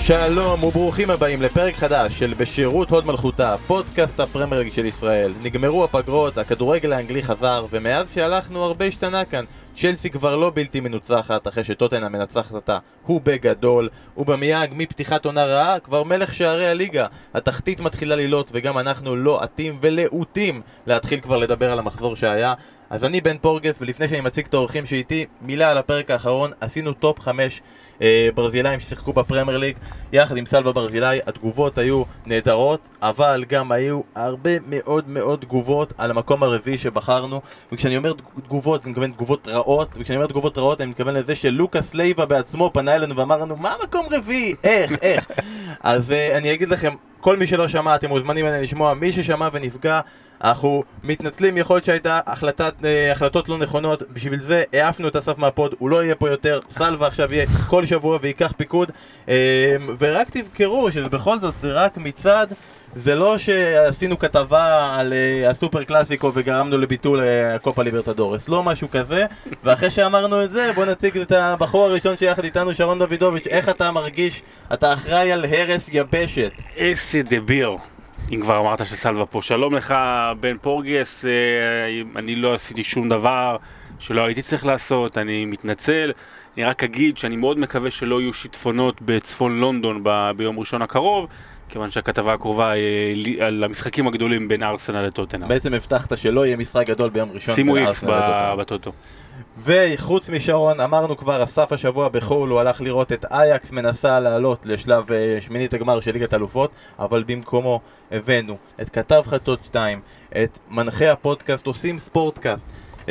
שלום וברוכים הבאים לפרק חדש של בשירות הוד מלכותה, פודקאסט הפרמייר ליג של ישראל. נגמרו הפגרות, הכדורגל האנגלי חזר, ומאז שהלכנו הרבה השתנה כאן. צ'לסי כבר לא בלתי מנוצחת, אחרי שטוטנהאם מנצחת אותה, הוא בגדול, ובמייג מפתיחת עונה רעה, כבר מלך שערי הליגה. התחתית מתחילה לילות, וגם אנחנו לא עטים ולעוטים להתחיל כבר לדבר על המחזור שהיה. אז אני בן פורגס, ולפני שאני מציג את האורחים שאיתי, מילה על הפרק האחרון. עשינו טופ 5 ברזילאים ששיחקו בפרמייר ליג יחד עם סלווה ברזילאי. התגובות היו נהדרות, אבל גם היו הרבה מאוד תגובות על המקום הרביעי שבחרנו. וכשאני אומר תגובות, אני מתכוון תגובות רעות, וכשאני אומר תגובות רעות אני מתכוון לזה שלוקאס לייבה בעצמו פנה אלינו ואמר לנו, מה מקום רביעי? איך? אז אני אגיד לכם, כל מי שלא שמע, אתם מוזמנים לשמוע. מי ששמע ונפגע, אנחנו מתנצלים, יכול להיות שהייתה החלטות לא נכונות, בשביל זה העפנו את אסף מהפוד, הוא לא יהיה פה יותר. סלווה עכשיו יהיה כל שבוע ויקח פיקוד, ורק תזכרו שבכל זאת זה רק מצד, זה לא שעשינו כתבה על הסופר קלאסיקו וגרמנו לביטול הקופה ליברטדורס, לא משהו כזה. ואחרי שאמרנו את זה, בוא נציג את הבחור הראשון שיחד איתנו, שרון דוידוביץ'. איך אתה מרגיש? אתה אחראי על הרס יבשת. איזה דביר, אם כבר אמרת שסלווה פה. שלום לך בן פורגס, אני לא עשיתי שום דבר שלא הייתי צריך לעשות, אני מתנצל. אני רק אגיד שאני מאוד מקווה שלא יהיו שיטפונות בצפון לונדון ביום ראשון הקרוב, כיוון שהכתבה הקרובה על המשחקים הגדולים בין ארסנל לטוטנהאם. בעצם הבטחת שלא יהיה משחק גדול ביום ראשון. שימו איקס בטוטו. וחוץ משרון, אמרנו כבר, אסף השבוע בחול, הוא הלך לראות את אייקס מנסה לעלות לשלב שמינית הגמר של ליגת אלופות, אבל במקומו הבאנו את כתב חדשות 2, את מנחה הפודקאסט עושים ספורטקאסט,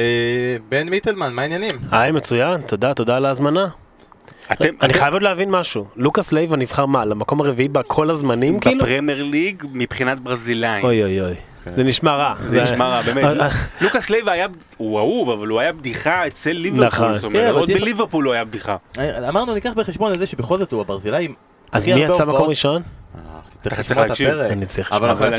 בן מיטלמן. מה העניינים? היי, מצוין, תודה על ההזמנה. אני חייב עוד להבין משהו, לוקאס לייבה נבחר מה? למקום הרביעי בכל הזמנים כאילו? בפרמייר ליג מבחינת ברזילאים. אוי, זה נשמע רע. זה נשמע רע, באמת. לוקאס לייבה היה, הוא אהוב, אבל הוא היה בדיחה אצל ליברפול, זאת אומרת, עוד בליברפול הוא היה בדיחה. אמרנו, ניקח בחשבון את זה שבכל זאת הוא הברזילאי. אז מי יצא מקום ראשון? אתה צריך להקשיב. אבל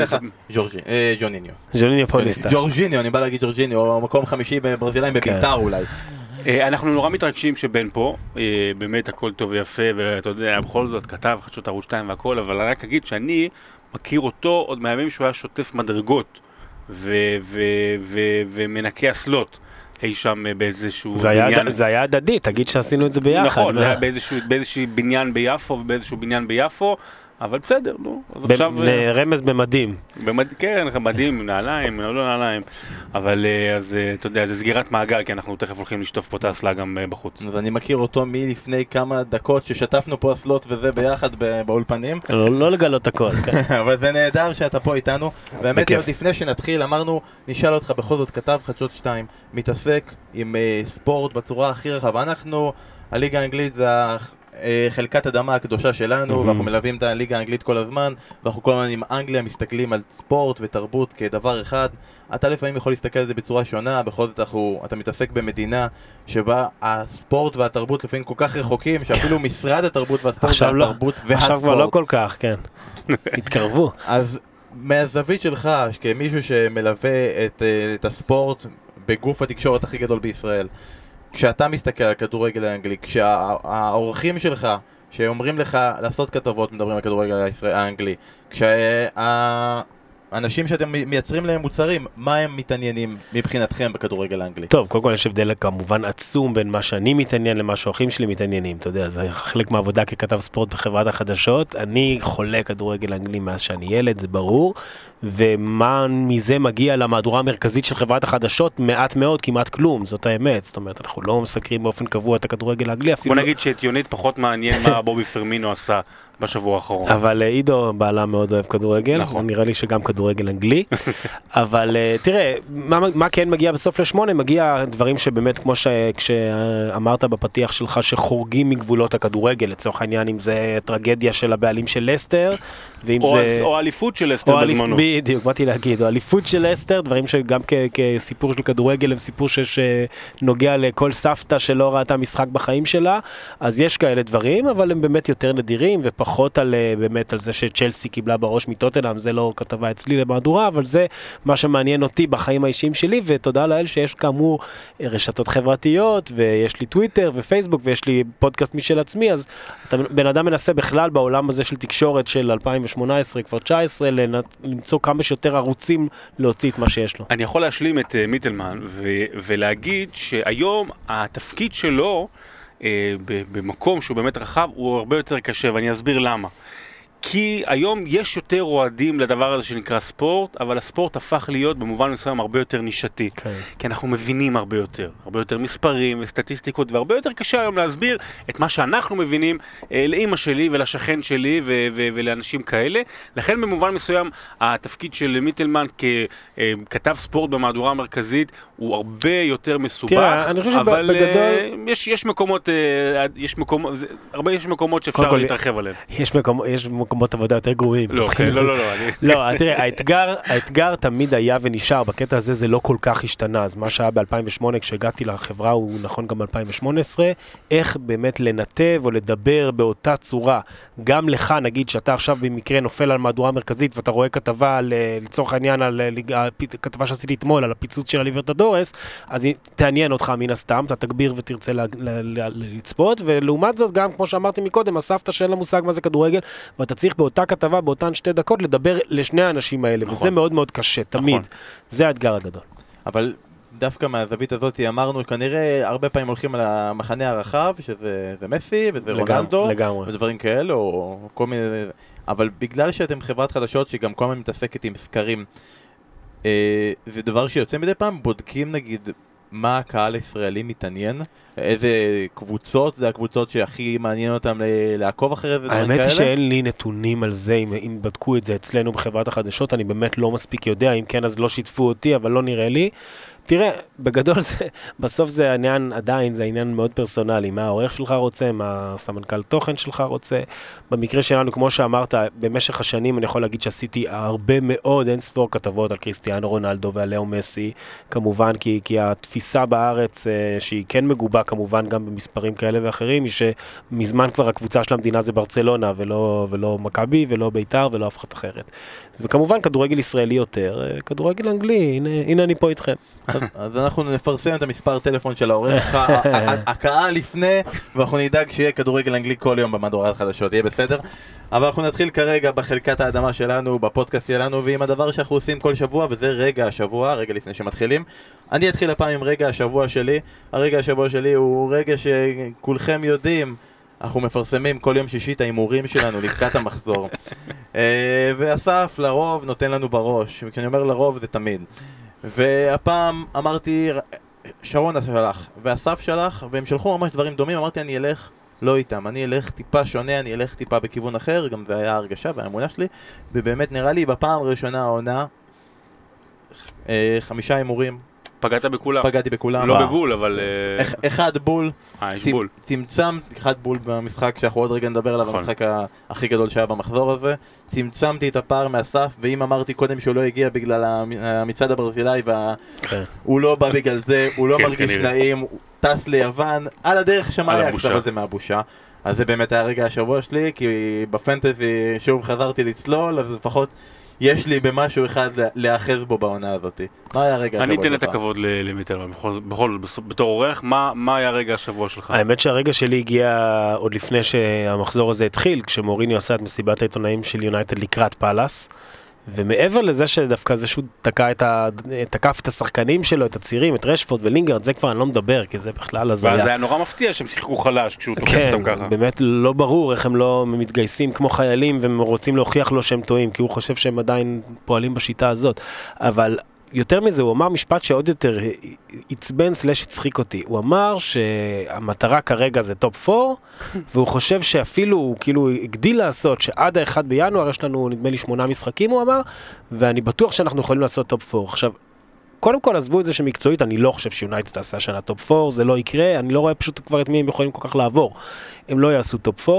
ג'וניניו פוליסטה. ג'ורג'יניו, אני בא להגיד ג'ורג'יניו, הוא מקום חמישי בברזילאים בביתר אולי. אנחנו נורא מתרגשים שבן פה, באמת הכל טוב ויפה, ואתה יודע, בכל זאת כתב חדשות ערוץ 2 והכל, אבל אני רק אגיד שאני מכיר אותו עוד מהימים שהוא היה שוטף מדרגות ומנקה אסלות אי שם באיזשהו בניין. זה היה הדדי, תגיד שעשינו את זה ביחד. נכון, באיזשהו בניין ביפו ובאיזשהו בניין ביפו, אבל בסדר, נו. רמז במדים. כן, מדים, נעליים, לא נעליים. אבל אז, אתה יודע, זה סגירת מעגל, כי אנחנו תכף הולכים לשטוף פה את האסלה גם בחוץ. אז אני מכיר אותו מלפני כמה דקות ששטפנו פה אסלות וזה ביחד באולפנים. לא לגלות הכל, כן. אבל זה נהדר שאתה פה איתנו. באמת, לפני שנתחיל, אמרנו, נשאל אותך בכל זאת, כתב חדשות 2, מתעסק עם ספורט בצורה הכי רחבה. אנחנו, הליגה האנגלית זה חלקת אדמה הקדושה שלנו, ואנחנו מלווים את הליגה האנגלית כל הזמן, ואנחנו כל הזמן עם אנגליה מסתכלים על ספורט ותרבות כדבר אחד. אתה לפעמים יכול להסתכל על זה בצורה שונה, בכל זאת אתה מתעסק במדינה שבה הספורט והתרבות לפעמים כל כך רחוקים, שאפילו משרד התרבות והספורט והתרבות והספורט. עכשיו כבר לא כל כך, כן. התקרבו. אז מהזווית שלך, כמישהו שמלווה את הספורט בגוף התקשורת הכי גדול בישראל, כשאתה מסתכל על כדורגל האנגלי, כשהאורחים שלך שאומרים לך לעשות כתבות מדברים על כדורגל האנגלי, כשהאנשים שאתם מייצרים להם מוצרים, מה הם מתעניינים מבחינתכם בכדורגל האנגלי? טוב, קודם כל יש הבדל כמובן עצום בין מה שאני מתעניין למה שהאורחים שלי מתעניינים. אתה יודע, זה חלק מהעבודה ככתב ספורט בחברת החדשות. אני חולה כדורגל האנגלי מאז שאני ילד, זה ברור. ומה מזה מגיע למהדורה המרכזית של חברת החדשות? מעט מאוד, כמעט כלום, זאת האמת. זאת אומרת, אנחנו לא מסקרים באופן קבוע את הכדורגל האנגלי. בוא נגיד שאת יונית פחות מעניין מה בובי פרמינו עשה בשבוע האחרון. אבל עידו בעלה מאוד אוהב כדורגל, נראה לי שגם כדורגל אנגלי. אבל תראה, מה כן מגיע בסוף לשמונה? מגיע דברים שבאמת, כמו כשאמרת בפתיח שלך, שחורגים מגבולות הכדורגל, לצורך העניין, אם זה טרגדיה של הבעלים של לסטר, או אליפות של לסטר בזמנו. בדיוק, באתי להגיד, או אליפות של לסטר, דברים שגם כסיפור של כדורגל, הם סיפור שנוגע לכל סבתא שלא ראתה משחק בחיים שלה, אז יש כאלה דברים, אבל הם באמת יותר נדירים, ופחות פחות על באמת על זה שצ'לסי קיבלה בראש מטוטנהאם, זה לא כתבה אצלי למהדורה, אבל זה מה שמעניין אותי בחיים האישיים שלי, ותודה לאל שיש כאמור רשתות חברתיות, ויש לי טוויטר ופייסבוק, ויש לי פודקאסט משל עצמי, אז בן אדם מנסה בכלל בעולם הזה של תקשורת של 2018, כבר 19, למצוא כמה שיותר ערוצים להוציא את מה שיש לו. אני יכול להשלים את מיטלמן ולהגיד שהיום התפקיד שלו במקום שהוא באמת רחב הוא הרבה יותר קשה, ואני אסביר למה. כי היום יש יותר אוהדים לדבר הזה שנקרא ספורט, אבל הספורט הפך להיות במובן מסוים הרבה יותר נישתי. כי אנחנו מבינים הרבה יותר מספרים וסטטיסטיקות, והרבה יותר קשה היום להסביר את מה שאנחנו מבינים לאמא שלי ולשכן שלי ולאנשים כאלה. לכן במובן מסוים התפקיד של מיטלמן ככתב ספורט במהדורה המרכזית הוא הרבה יותר מסובך, אבל יש מקומות שאפשר להתרחב עליהם. יש מקומות עבודה יותר גרועים. לא, לא, תראה, האתגר תמיד היה ונשאר, בקטע הזה זה לא כל כך השתנה, אז מה שהיה ב-2008 כשהגעתי לחברה הוא נכון גם ב-2018, איך באמת לנתב או לדבר באותה צורה, גם לך נגיד שאתה עכשיו במקרה נופל על מהדורה מרכזית ואתה רואה כתבה לצורך העניין על כתבה שעשיתי אתמול על הפיצוץ של הליברטדורס, אז היא תעניין אותך מן הסתם, אתה תגביר ותרצה לצפות, ולעומת זאת גם כמו שאמרתי מקודם, הסבתא שאין לה מושג מה זה כדורגל, ואתה צריך באותה כתבה, באותן 2 דקות, לדבר לשני האנשים האלה, נכון. וזה מאוד מאוד קשה, תמיד. נכון. זה האתגר הגדול. אבל דווקא מהזווית הזאת אמרנו, כנראה הרבה פעמים הולכים על המחנה הרחב, שזה מסי, וזה רונלדו, ודברים כאלה, או כל מיני... אבל בגלל שאתם חברת חדשות שגם כל הזמן מתעסקת עם סקרים, זה דבר שיוצא מדי פעם, בודקים נגיד מה הקהל הישראלי מתעניין, איזה קבוצות, זה הקבוצות שהכי מעניין אותם לעקוב אחרי זה, דברים כאלה? האמת היא שאין לי נתונים על זה, אם בדקו את זה אצלנו בחברת החדשות, אני באמת לא מספיק יודע, אם כן אז לא שיתפו אותי, אבל לא נראה לי. תראה, בגדול זה, בסוף זה העניין, עדיין זה העניין מאוד פרסונלי, מה העורך שלך רוצה, מה הסמנכ"ל תוכן שלך רוצה. במקרה שלנו, כמו שאמרת, במשך השנים אני יכול להגיד שעשיתי הרבה מאוד אין ספור כתבות על קריסטיאנו רונלדו ועל לאו מסי, כמובן, כי התפיסה בארץ שהיא כן מגובה כמובן גם במספרים כאלה ואחרים, היא שמזמן כבר הקבוצה של המדינה זה ברצלונה, ולא מכבי, ולא ביתר, ולא אף אחד אחרת. וכמובן כדורגל ישראלי יותר, כדורגל אנגלי, הנה אני פה איתכם. אז אנחנו נפרסם את המספר טלפון של העורך, הקהל לפני, ואנחנו נדאג שיהיה כדורגל אנגלי כל יום במהדורת החדשות, יהיה בסדר? אבל אנחנו נתחיל כרגע בחלקת האדמה שלנו, בפודקאסט שלנו, ועם הדבר שאנחנו עושים כל שבוע, וזה רגע השבוע, רגע לפני שמתחילים. אני אתחיל הפעם עם רגע השבוע שלי. הרגע השבוע שלי הוא רגע שכולכם יודעים, אנחנו מפרסמים כל יום שישי את האימורים שלנו לקראת המחזור. ואסף לרוב נותן לנו בראש, וכשאני אומר לרוב זה תמיד. והפעם אמרתי, שרון שלח, ואסף שלח, והם שלחו ממש דברים דומים, אמרתי אני אלך לא איתם, אני אלך טיפה שונה, אני אלך טיפה בכיוון אחר, גם זה היה הרגשה והאמונה שלי, ובאמת נראה לי בפעם הראשונה העונה, 5 אימורים. פגעת בכולם? פגעתי בכולם. לא בגול, אבל... אחד בול. יש בול. צמצם, אחד בול במשחק שאנחנו עוד רגע נדבר עליו, המשחק הכי גדול שהיה במחזור הזה. צמצמתי את הפער מהסף, ואם אמרתי קודם שהוא לא הגיע בגלל המצעד הברזילאי, והוא לא בא בגלל זה, הוא לא מרגיש נעים, הוא טס ליוון, על הדרך שמע הקצב הזה מהבושה. אז זה באמת היה רגע השבוע שלי, כי בפנטזי שוב חזרתי לצלול, אז לפחות... יש לי במשהו אחד להאחז בו בעונה הזאת. מה היה רגע השבוע שלך? אני אתן את הכבוד למיטלמן, בכל בתור עורך, מה היה רגע השבוע שלך? האמת שהרגע שלי הגיע עוד לפני שהמחזור הזה התחיל, כשמוריניו עשה את מסיבת העיתונאים של יונייטד לקראת פאלאס, ומעבר לזה שדווקא זה שהוא תקף את השחקנים שלו, את הצעירים, את רשפורד ולינגרד, זה כבר אני לא מדבר, כי זה בכלל הזיה. וזה היה נורא מפתיע שהם שיחקו חלש כשהוא תוקף אותם ככה. כן, באמת לא ברור איך הם לא מתגייסים כמו חיילים, והם רוצים להוכיח לו שהם טועים, כי הוא חושב שהם עדיין פועלים בשיטה הזאת. אבל יותר מזה, הוא אמר משפט שעוד יותר עצבן סלש הצחיק אותי. הוא אמר שהמטרה כרגע זה טופ 4, והוא חושב שאפילו הוא כאילו הגדיל לעשות שעד ה-1 בינואר יש לנו נדמה לי 8 משחקים, הוא אמר, ואני בטוח שאנחנו יכולים לעשות טופ 4. עכשיו, קודם כל עזבו את זה שמקצועית, אני לא חושב שיונייטד תעשה השנה טופ 4, זה לא יקרה, אני לא רואה פשוט כבר את מי הם יכולים כל כך לעבור. הם לא יעשו טופ 4,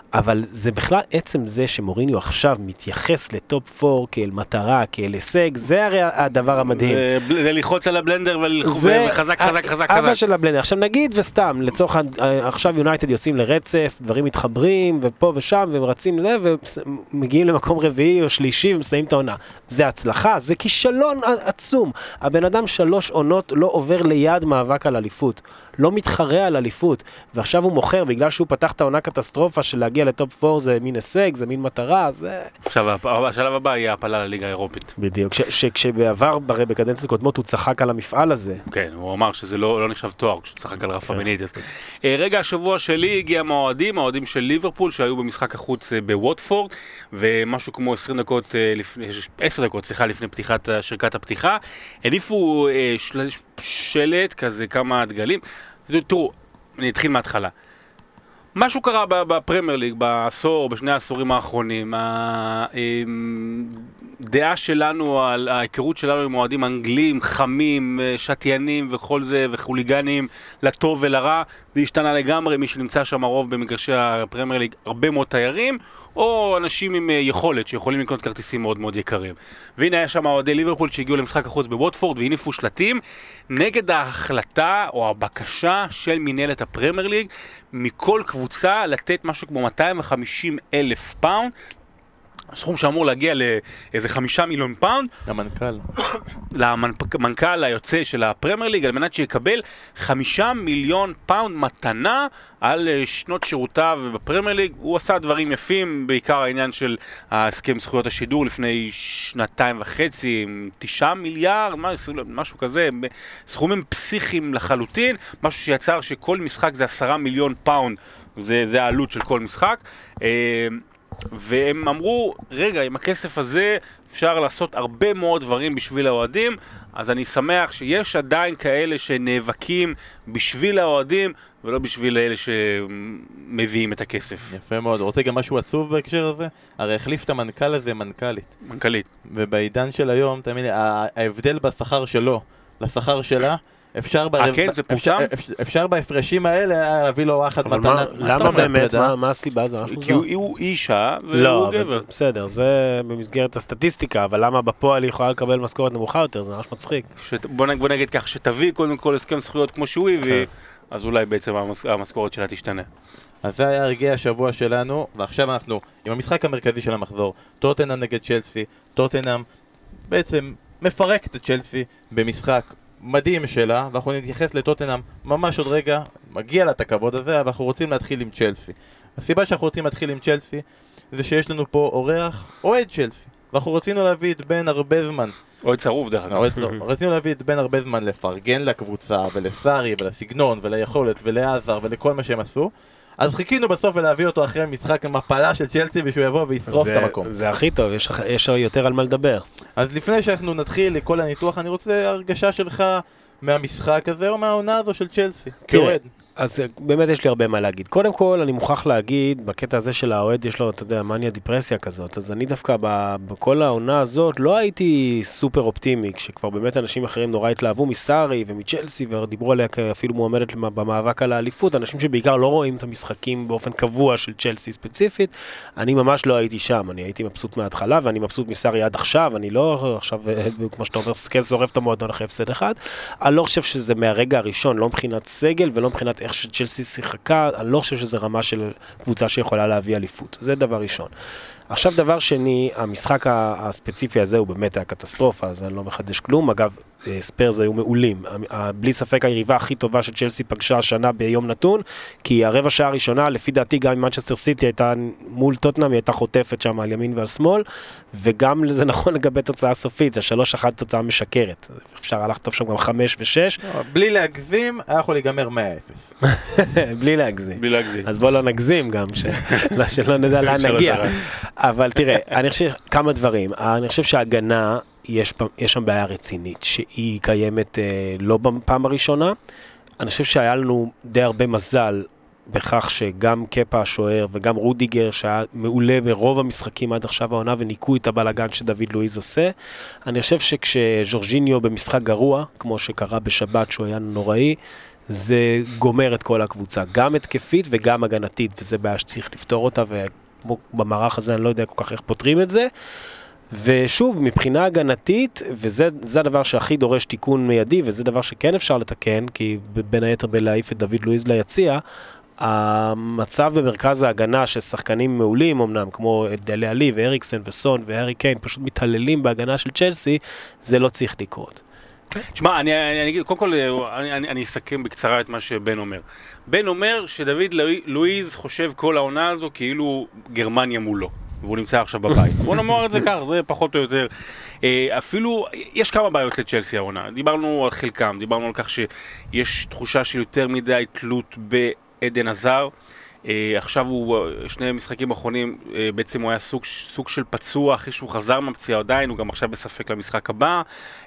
אבל זה בכלל עצם זה שמוריניו עכשיו מתייחס לטופ 4 כאל מטרה, כאל הישג, זה הרי הדבר המדהים. זה ללחוץ על הבלנדר וחזק, חזק, חזק. אבא של הבלנדר. עכשיו נגיד וסתם, לצורך, עכשיו יונייטד יוצאים לרצף, דברים מתחברים, ופה ושם, והם רצים לזה, ומגיעים למקום רביעי או שלישי, ומסיים את העונה. זה הצלחה, זה כישלון עצום. הבן אדם 3 עונות לא עובר ליד מאבק על אליפות. לא מתחרה על אליפות, ועכשיו הוא מוכר, בגלל שהוא פתח את העונה קטסטרופה של להגיע לטופ 4 זה מין הישג, זה מין מטרה, זה... עכשיו, השלב הבא יהיה הפלה לליגה האירופית. בדיוק, כשבעבר, בקדנציות קודמות, הוא צחק על המפעל הזה. כן, הוא אמר שזה לא נחשב תואר, כשהוא צחק על רפה בניטס. רגע, השבוע שלי הגיע האוהדים של ליברפול, שהיו במשחק החוץ בווטפורד, ומשהו כמו 10 דקות, לפני פתיחת שריקת הפתיחה, הניפו שלט, כזה כמה דגלים. תראו, אני אתחיל מההתחלה. משהו קרה בפרמייר ליג, בעשור, בשני העשורים האחרונים. הדעה שלנו, על ההיכרות שלנו עם אוהדים אנגלים, חמים, שתיינים וכל זה, וחוליגנים, לטוב ולרע, והשתנה לגמרי. מי שנמצא שם הרוב במגרשי הפרמייר ליג, הרבה מאוד תיירים, או אנשים עם יכולת, שיכולים לקנות כרטיסים מאוד מאוד יקרים. והנה היה שם אוהדי ליברפול שהגיעו למשחק החוץ בווטפורד, והניפו שלטים נגד ההחלטה או הבקשה של מנהלת הפרמייר ליג, מכל קבוצה לתת משהו כמו 250,000 פאונד, סכום שאמור להגיע לאיזה 5 מיליון פאונד. למנכ"ל היוצא של הפרמייר ליג, על מנת שיקבל 5 מיליון פאונד מתנה על שנות שירותיו בפרמייר ליג. הוא עשה דברים יפים, בעיקר העניין של ההסכם זכויות השידור לפני 2.5 עם 9 מיליארד, משהו כזה, סכומים פסיכיים לחלוטין, משהו שיצר שכל משחק זה 10 מיליון פאונד, זה העלות של כל משחק. והם אמרו, רגע, עם הכסף הזה אפשר לעשות הרבה מאוד דברים בשביל האוהדים, אז אני שמח שיש עדיין כאלה שנאבקים בשביל האוהדים, ולא בשביל אלה שמביאים את הכסף. יפה מאוד. רוצה גם משהו עצוב בהקשר הזה? הרי החליף את המנכ"ל הזה מנכ"לית. ובעידן של היום, תאמין לי, ההבדל בשכר שלו לשכר שלה, אפשר בהפרשים האלה להביא לו אחת מתנה. למה באמת? מה הסיבה? זה משהו כי הוא אישה והוא גבר. בסדר, זה במסגרת הסטטיסטיקה, אבל למה בפועל היא יכולה לקבל משכורת נמוכה יותר? זה ממש מצחיק. בוא נגיד כך, שתביא קודם כל הסכם זכויות כמו שהוא הביא, אז אולי בעצם המשכורת שלה תשתנה. אז זה היה הרגע השבוע שלנו, ועכשיו אנחנו עם המשחק המרכזי של המחזור, טוטנהאם נגד צ'לסי. טוטנהאם בעצם מפרקת את צ'לסי במשחק מדהים שלה, ואנחנו נתייחס לטוטנהאם ממש עוד רגע, מגיע לה את הכבוד הזה, אבל אנחנו רוצים להתחיל עם צ'לסי. הסיבה שאנחנו רוצים להתחיל עם צ'לסי זה שיש לנו פה אורח אוהד צ'לסי, ואנחנו רצינו להביא את בן הרבה זמן. אוהד צרוף דרך אגב. רצינו להביא את בן הרבה זמן לפרגן לקבוצה ולסארי ולסגנון וליכולת ולעזר ולכל מה שהם עשו. אז חיכינו בסוף ולהביא אותו אחרי משחק המפלה של צ'לסי ושהוא יבוא וישרוף את המקום. זה הכי טוב, יש יותר על מה לדבר. אז לפני שאנחנו נתחיל לכל הניתוח, אני רוצה הרגשה שלך מהמשחק הזה או מהעונה הזו של צ'לסי, כאוהד. אז באמת יש לי הרבה מה להגיד. קודם כל, אני מוכרח להגיד, בקטע הזה של האוהד יש לו, אתה יודע, מניה דיפרסיה כזאת, אז אני דווקא בכל העונה הזאת לא הייתי סופר אופטימי, כשכבר באמת אנשים אחרים נורא התלהבו מסארי ומצ'לסי, ודיברו עליה אפילו מועמדת במאבק על האליפות, אנשים שבעיקר לא רואים את המשחקים באופן קבוע של צ'לסי ספציפית, אני ממש לא הייתי שם, אני הייתי מבסוט מההתחלה, ואני מבסוט מסארי עד עכשיו, אני לא עכשיו, כמו שאתה אומר, שורף את המועדון אחרי הפסד אחד, אני לא חושב שזה מהרגע הראשון, לא מבחינת סגל ולא מבחינת איך שצ'לסי שיחקה, אני לא חושב שזה רמה של קבוצה שיכולה להביא אליפות. זה דבר ראשון. עכשיו דבר שני, המשחק הספציפי הזה הוא באמת היה קטסטרופה, אז אני לא מחדש כלום. אגב, ספרס היו מעולים. בלי ספק היריבה הכי טובה שצ'לסי פגשה השנה ביום נתון, כי הרבע שעה הראשונה, לפי דעתי גם עם מנצ'סטר סיטי הייתה מול טוטנהאם, היא הייתה חוטפת שם על ימין ועל שמאל, וגם זה נכון לגבי תוצאה סופית, זה 3-1 תוצאה משקרת. אפשר לכתוב שם גם 5 ו-6. בלי להגזים, היה יכול להיגמר 100-0. בלי להגזים. אז בוא לא נגזים גם, שלא נדע לאן נגיע. אבל תראה, אני חושב כמה דברים. אני חושב שההגנה, יש שם בעיה רצינית, שהיא קיימת לא בפעם הראשונה. אני חושב שהיה לנו די הרבה מזל בכך שגם קפה השוער וגם רודיגר שהיה מעולה ברוב המשחקים עד עכשיו העונה וניקו את הבלגן שדוד לואיז עושה. אני חושב שכשז'ורג'יניו במשחק גרוע, כמו שקרה בשבת שהוא היה נוראי, זה גומר את כל הקבוצה, גם התקפית וגם הגנתית, וזה בעיה שצריך לפתור אותה, ובמערך הזה אני לא יודע כל כך איך פותרים את זה. ושוב, מבחינה הגנתית, וזה הדבר שהכי דורש תיקון מיידי, וזה דבר שכן אפשר לתקן, כי בין היתר בלהעיף את דוד לואיז ליציע, המצב במרכז ההגנה של שחקנים מעולים אמנם, כמו דלה עלי ואריקסן וסון והארי קיין, פשוט מתעללים בהגנה של צ'לסי, זה לא צריך לקרות. תשמע, אני אגיד, קודם כל, אני אסכם בקצרה את מה שבן אומר. בן אומר שדוד לואיז חושב כל העונה הזו כאילו גרמניה מולו. והוא נמצא עכשיו בבית. בוא נאמר את זה כך, זה פחות או יותר. אפילו, יש כמה בעיות לצ'לסי העונה. דיברנו על חלקם, דיברנו על כך שיש תחושה של יותר מדי תלות בעדן עזר. עכשיו שני משחקים האחרונים, בעצם הוא היה סוג של פצוע, אחרי שהוא חזר מהפציעה עדיין, הוא גם עכשיו בספק למשחק הבא.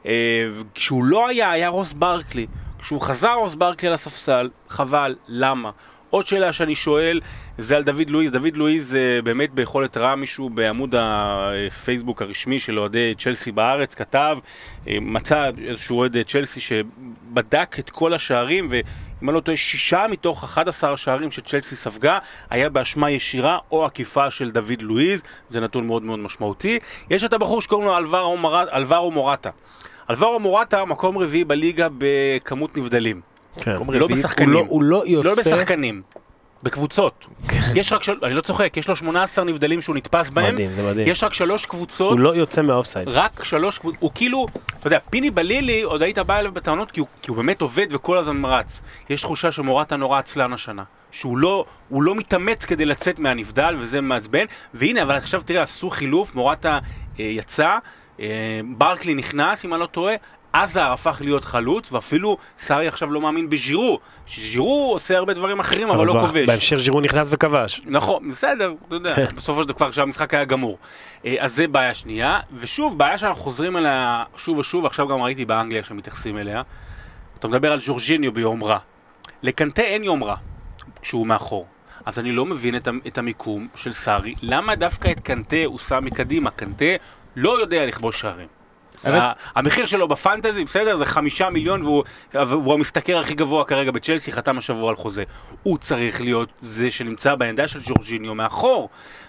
כשהוא לא היה רוס ברקלי. כשהוא חזר רוס ברקלי על הספסל, חבל, למה? עוד שאלה שאני שואל, זה על דוד לואיז. דוד לואיז באמת ביכולת רע, מישהו בעמוד הפייסבוק הרשמי של אוהדי צ'לסי בארץ כתב, מצא איזשהו אוהד צ'לסי שבדק את כל השערים, ואם אני לא טועה, 6 מתוך 11 השערים שצ'לסי ספגה, היה באשמה ישירה או עקיפה של דוד לואיז. זה נתון מאוד מאוד משמעותי. יש את הבחור שקוראים לו אלברו מורטה. אלברו מורטה, מקום רביעי בליגה בכמות נבדלים. כן. לא בשחקנים. הוא לא יוצא... לא בשחקנים. בקבוצות. יש רק אני לא צוחק, יש לו 18 נבדלים שהוא נתפס בהם. מדהים, זה מדהים. יש רק 3 קבוצות. הוא לא יוצא מהאופסייד. רק 3 קבוצות. הוא כאילו, אתה יודע, פיני בלילי עוד היית בא אליו בטענות כי הוא באמת עובד וכל הזמן מרץ. יש תחושה שמורטה נורא עצלן השנה. שהוא לא מתאמץ כדי לצאת מהנבדל וזה מעצבן. והנה, אבל עכשיו תראה, עשו חילוף, מורטה יצא, ברקלי נכנס, אם אני לא טועה, עזר הפך להיות חלוץ, ואפילו סארי עכשיו לא מאמין בז'ירו, שז'ירו עושה הרבה דברים אחרים, אבל לא כובש. בהמשך ז'ירו נכנס וכבש. נכון, בסדר, אתה יודע, בסופו של דבר כבר שהמשחק היה גמור. אז זה בעיה שנייה, ושוב, בעיה שאנחנו חוזרים אליה שוב ושוב, עכשיו גם ראיתי באנגליה שמתייחסים אליה, אתה מדבר על ז'ורג'יניו ביום רע. לקנטה אין יום רע, כשהוא מאחור. אז אני לא מבין את המיקום של סארי, למה דווקא את קנטה הוא שם מקדימה? קנטה לא יודע לכבוש שערים. המחיר שלו בפנטזי, בסדר, זה 5 מיליון והוא המשתכר הכי גבוה כרגע בצ'לסי, חתם השבוע על חוזה. הוא צריך להיות זה שנמצא בעמדה של ג'ורג'יניו מאחור.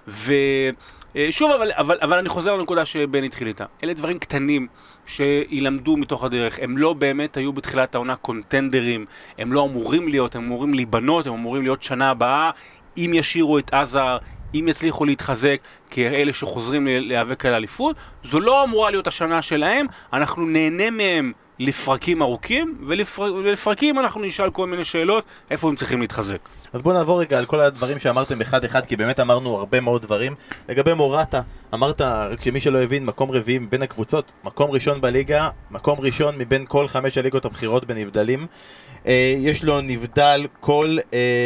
ושוב, אבל אני חוזר לנקודה שבן התחיל איתה. אלה דברים קטנים שילמדו מתוך הדרך. הם לא באמת היו בתחילת העונה קונטנדרים, הם לא אמורים להיות, הם אמורים להיבנות, הם אמורים להיות שנה הבאה, אם ישירו את עזר, אם יצליחו להתחזק כאלה שחוזרים להיאבק על האליפות. זו לא אמורה להיות השנה שלהם, אנחנו נהנה מהם לפרקים ארוכים, ולפרקים אנחנו נשאל כל מיני שאלות, איפה הם צריכים להתחזק. אז בואו נעבור רגע על כל הדברים שאמרתם אחד אחד, כי באמת אמרנו הרבה מאוד דברים. לגבי מורטה, אמרת, כשמי שלא הבין, מקום רביעי מבין הקבוצות, מקום ראשון בליגה, מקום ראשון מבין כל 5 הליגות הבחירות בנבדלים. יש לו נבדל כל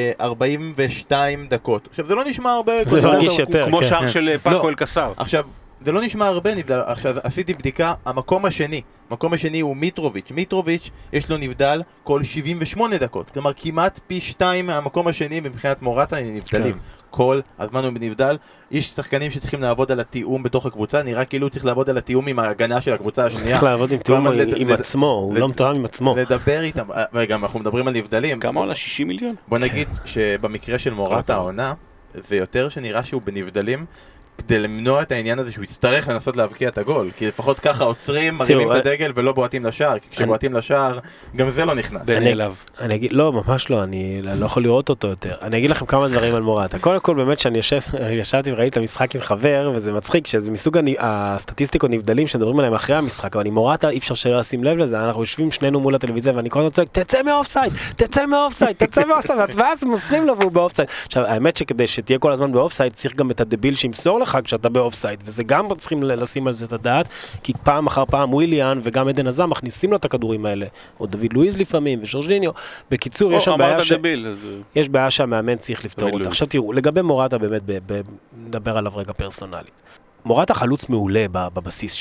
42 דקות. עכשיו, זה לא נשמע הרבה... זה מרגיש יותר. כמו שער של פאקו אלקסר. עכשיו, זה לא נשמע הרבה נבדל. עכשיו, עשיתי בדיקה, המקום השני הוא מיטרוביץ'. מיטרוביץ' יש לו נבדל כל 78 דקות. כלומר, כמעט פי 2 מהמקום השני מבחינת מורטה נבדלים. כל הזמן הוא בנבדל. יש שחקנים שצריכים לעבוד על התיאום בתוך הקבוצה, נראה כאילו צריך לעבוד על התיאום עם ההגנה של הקבוצה השנייה. צריך לעבוד עם תיאום עם עצמו, הוא לא מתואם עם עצמו. לדבר איתם, וגם אנחנו מדברים על נבדלים. כמה עולה 60 מיליון? בוא נגיד שבמקרה של מורטה העונה, זה יותר שנראה שהוא בנבדלים, כדי למנוע את העניין הזה שהוא יצטרך לנסות להבקיע את הגול, כי לפחות ככה עוצרים, מרימים את הדגל ולא בועטים לשער, כי כשבועטים לשער, גם זה לא נכנס. אני אגיד, לא, ממש לא, אני לא יכול לראות אותו יותר. אני אגיד לכם כמה דברים על מורטה. קודם כל, באמת שאני ישבתי וראיתי את המשחק עם חבר, וזה מצחיק, שזה מסוג הסטטיסטיקות נבדלים שמדברים עליהם אחרי המשחק, אבל אני מורטה, אי אפשר שלא לשים לב לזה, אנחנו יושבים שנינו מול הטלוויזיה, ואני כל הזמן צועק, תצא מהאופסייד, תצא מהאופסייד, תצא מהאופסייד, ואז מוסרים לו והוא באופסייד. עכשיו, האמת שכדי שתהיה כל הזמן באופסייד, צריך גם את הדביל שימסור לך כשאתה באופסייד, וזה גם צריכים לשים על זה את הדעת, כי פעם אחר פעם וויליאן וגם עדן עזר מכניסים לו את הכדורים האלה, או דוד לואיז לפעמים, וז'ורג'יניו. בקיצור, יש בעיה שהמאמן צריך לפתור אותה. עכשיו תראו, לגבי מורטה באמת, נדבר עליו רגע פרסונלית. מורטה חלוץ מעולה בבסיס שלו.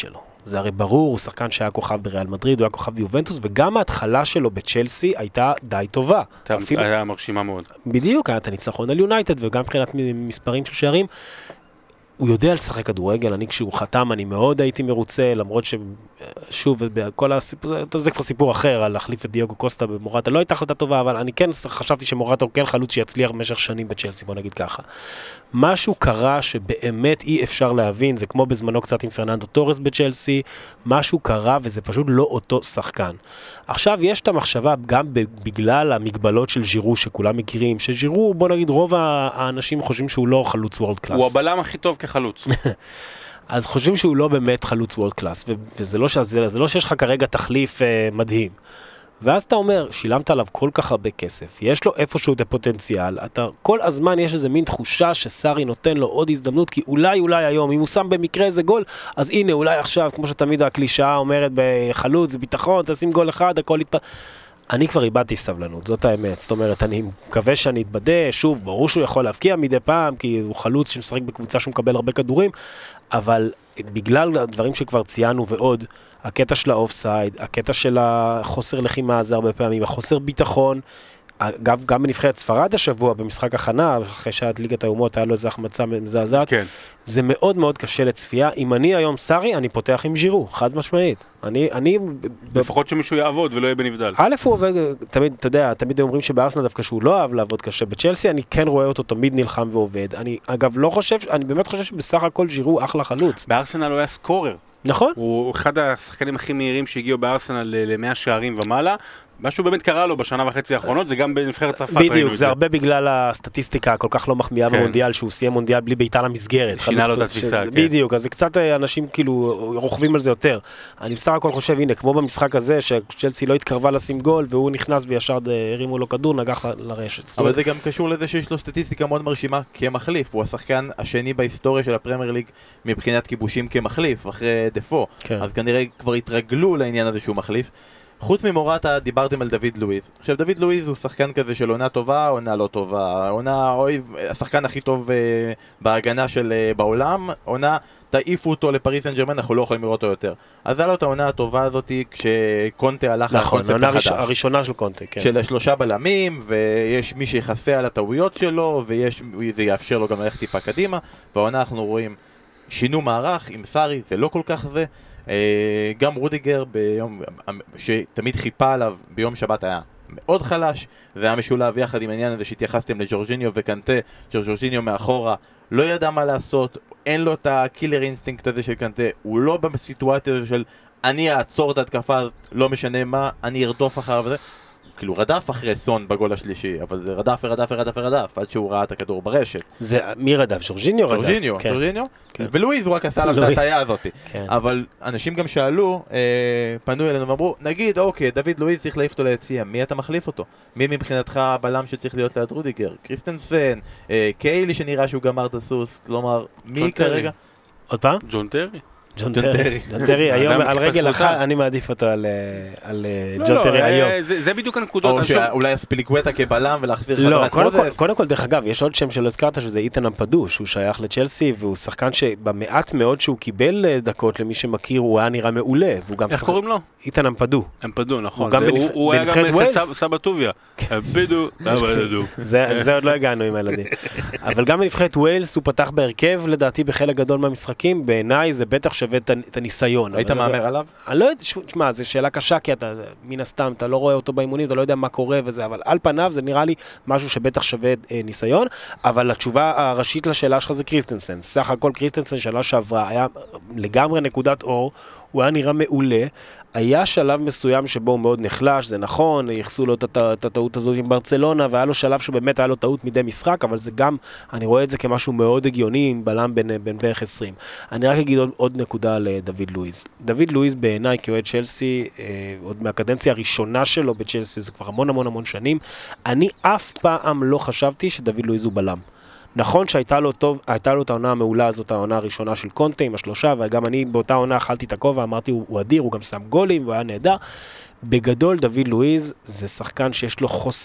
זה הרי ברור, הוא שחקן שהיה כוכב בריאל מדריד, הוא היה כוכב ביובנטוס, וגם ההתחלה שלו בצ'לסי הייתה די טובה. היה מרשימה מאוד. בדיוק, היה את הניצחון על יונייטד, וגם מבחינת מספרים של שערים, הוא יודע לשחק כדורגל, אני כשהוא חתם, אני מאוד הייתי מרוצה, למרות ששוב, בכל הסיפור, זה כבר סיפור אחר, על להחליף את דיאגו קוסטה במורטה, לא הייתה החלטה טובה, אבל אני כן חשבתי שמורטה הוא כן חלוץ שיצליח במשך שנים בצ'לסי, בוא נגיד ככה. משהו קרה שבאמת אי אפשר להבין, זה כמו בזמנו קצת עם פרננדו טורס בצ'לסי, משהו קרה וזה פשוט לא אותו שחקן. עכשיו יש את המחשבה, גם בגלל המגבלות של ז'ירו שכולם מכירים, שז'ירו, בוא נגיד, רוב האנשים חושבים שהוא לא חלוץ וורלד קלאס. הוא הבלם הכי טוב כחלוץ. אז חושבים שהוא לא באמת חלוץ וורלד קלאס, וזה לא שיש לך כרגע תחליף מדהים. ואז אתה אומר, שילמת עליו כל כך הרבה כסף, יש לו איפשהו את הפוטנציאל, כל הזמן יש איזה מין תחושה שסארי נותן לו עוד הזדמנות, כי אולי היום, אם הוא שם במקרה איזה גול, אז הנה, אולי עכשיו, כמו שתמיד הקלישאה אומרת בחלוץ, זה ביטחון, תשים גול אחד, הכל יתפ... אני כבר איבדתי סבלנות, זאת האמת, זאת אומרת, אני מקווה שאני אתבדה, שוב, ברור שהוא יכול להבקיע מדי פעם, כי הוא חלוץ שמשחק בקבוצה שהוא מקבל הרבה כדורים, אבל בגלל הדברים שכבר ציינו ועוד, הקטע של האופסייד, הקטע של החוסר לחימה הזה הרבה פעמים, החוסר ביטחון, אגב, גם בנבחרת ספרד השבוע, במשחק הכנה, אחרי שעת ליגת האומות, היה לו איזה החמצה מזעזעת, כן. זה מאוד מאוד קשה לצפייה. אם אני היום סארי, אני פותח עם ז'ירו, חד משמעית. לפחות שמישהו יעבוד ולא יהיה בנבדל. א' הוא עובד, תמיד, אתה יודע, תמיד אומרים שבארסנל דווקא שהוא לא אוהב לעבוד קשה. בצ'לסי אני כן רואה אותו תמיד נלחם ועובד. אני, אגב, לא חושב, אני באמת חושב שבסך הכל ז'ירו אחלה חלוץ. בארסנל הוא היה סקורר. נכון? הוא אחד השחקנים הכי מהירים שהגיעו בארסנל ל-100 שערים ומעלה. משהו באמת קרה לו בשנה וחצי האחרונות, זה גם בנבחרת צרפת ראינו את זה. בדיוק, זה הרבה בגלל הסטטיסטיקה הכל כך לא מחמיאה במונדיאל, שהוא סיים מונדיאל בלי בעיטה למסגרת. שינה לו את התפיסה, כן. בדיוק, אז זה קצת אנשים כאילו רוכבים על זה יותר. אני בסך הכל חושב, הנה, כמו במשחק הזה, שצ'לסי לא התקרבה לשים גול, והוא נכנס וישר הרימו לו כדור, נגח לרשת. אבל זה גם קשור לזה שיש לו סטטיסטיקה מאוד מרשימה כמחליף. הוא השחקן השני בהיסטוריה של הפרמייר ליג מבחינת כיבושים כמחליף, אחרי דפו. אז כנראה כבר התרגלו לעניין הזה שהוא מחליף. חוץ ממורטה דיברתם על דוד לואיז. עכשיו דוד לואיז הוא שחקן כזה של עונה טובה, עונה לא טובה, עונה השחקן הכי טוב בהגנה של בעולם, עונה תעיפו אותו לפריס סן ז'רמן, אנחנו לא יכולים לראות אותו יותר. אז היה לו את העונה הטובה הזאת כשקונטה הלך לקונספט החדש. נכון, העונה הראשונה של קונטה, כן. של 3 בלמים, ויש מי שיחסה על הטעויות שלו, וזה יאפשר לו גם ללכת טיפה קדימה, והעונה אנחנו רואים שינו מערך עם סארי, זה לא כל כך זה. גם רודיגר שתמיד חיפה עליו ביום שבת היה מאוד חלש, זה היה משולב יחד עם העניין הזה שהתייחסתם לג'ורג'יניו וקנטה. ג'ורג'יניו מאחורה לא ידע מה לעשות, אין לו את הקילר אינסטינקט הזה של קנטה, הוא לא בסיטואציה של אני אעצור את ההתקפה, לא משנה מה, אני ארדוף אחריו וזה. כאילו רדף אחרי סון בגול השלישי, אבל זה רדף עד שהוא ראה את הכדור ברשת. זה מי רדף? ג'ורג'יניו רדף? ג'ורג'יניו. ולואיז הוא רק עשה עליו את ההטעיה הזאת. אבל אנשים גם שאלו, פנו אלינו ואמרו, נגיד, אוקיי, דוד לואיז צריך להעיף אותו ליציע, מי אתה מחליף אותו? מי מבחינתך הבלם שצריך להיות ליד רודיגר? קריסטנסן, קיילי שנראה שהוא גמר את הסוס, כלומר, מי כרגע? עוד פעם? ג'ון טרי. ג'ון טרי, היום על רגל אחת, אני מעדיף אותו על ג'ון טרי היום. זה בדיוק הנקודות. או שאולי אספיליקווטה כבלם ולהחזיר לא, קודם כל, דרך אגב, יש עוד שם שלא הזכרת שזה איתן אמפדו, שהוא שייך לצ'לסי, והוא שחקן שבמעט מאוד שהוא קיבל דקות למי שמכיר, הוא היה נראה מעולה. איך קוראים לו? איתן אמפדו. אמפדו, נכון. הוא היה גם סבא טוביה. אמפדו. זה עוד לא הגענו עם הילדים. אבל גם בנבחרת ווילס הוא פתח בהרכב, לדעתי, בחלק גדול מהמשחקים. בעיניי זה בטח שווה את הניסיון. היית מאמר עליו? אני לא יודע, תשמע, זו שאלה קשה, כי אתה, מן הסתם, אתה לא רואה אותו באימונים, אתה לא יודע מה קורה וזה, אבל על פניו זה נראה לי משהו שבטח שווה ניסיון, אבל התשובה הראשית לשאלה שלך זה קריסטנסן. סך הכל קריסטנסן שאלה שעברה, היה לגמרי נקודת אור, הוא היה נראה מעולה, היה שלב מסוים שבו הוא מאוד נחלש, זה נכון, יחסו לו את הטעות הזאת עם ברצלונה, והיה לו שלב שבאמת היה לו טעות מדי משחק, אבל זה גם, אני רואה את זה כמשהו מאוד הגיוני, עם בלם בין בערך 20. אני רק אגיד עוד נקודה לדוד לואיז. דוד לואיז בעיניי כאוהד צ'לסי, עוד מהקדנציה הראשונה שלו בצ'לסי, זה כבר המון שנים, אני אף פעם לא חשבתי שדוד לואיז הוא בלם. נכון שהייתה לו את העונה המעולה הזאת, העונה הראשונה של קונטה עם 3, וגם אני באותה עונה אכלתי את הכובע, אמרתי הוא אדיר, הוא גם שם גולים, והוא היה נהדר. בגדול דוד לואיז זה שחקן שיש לו חוסר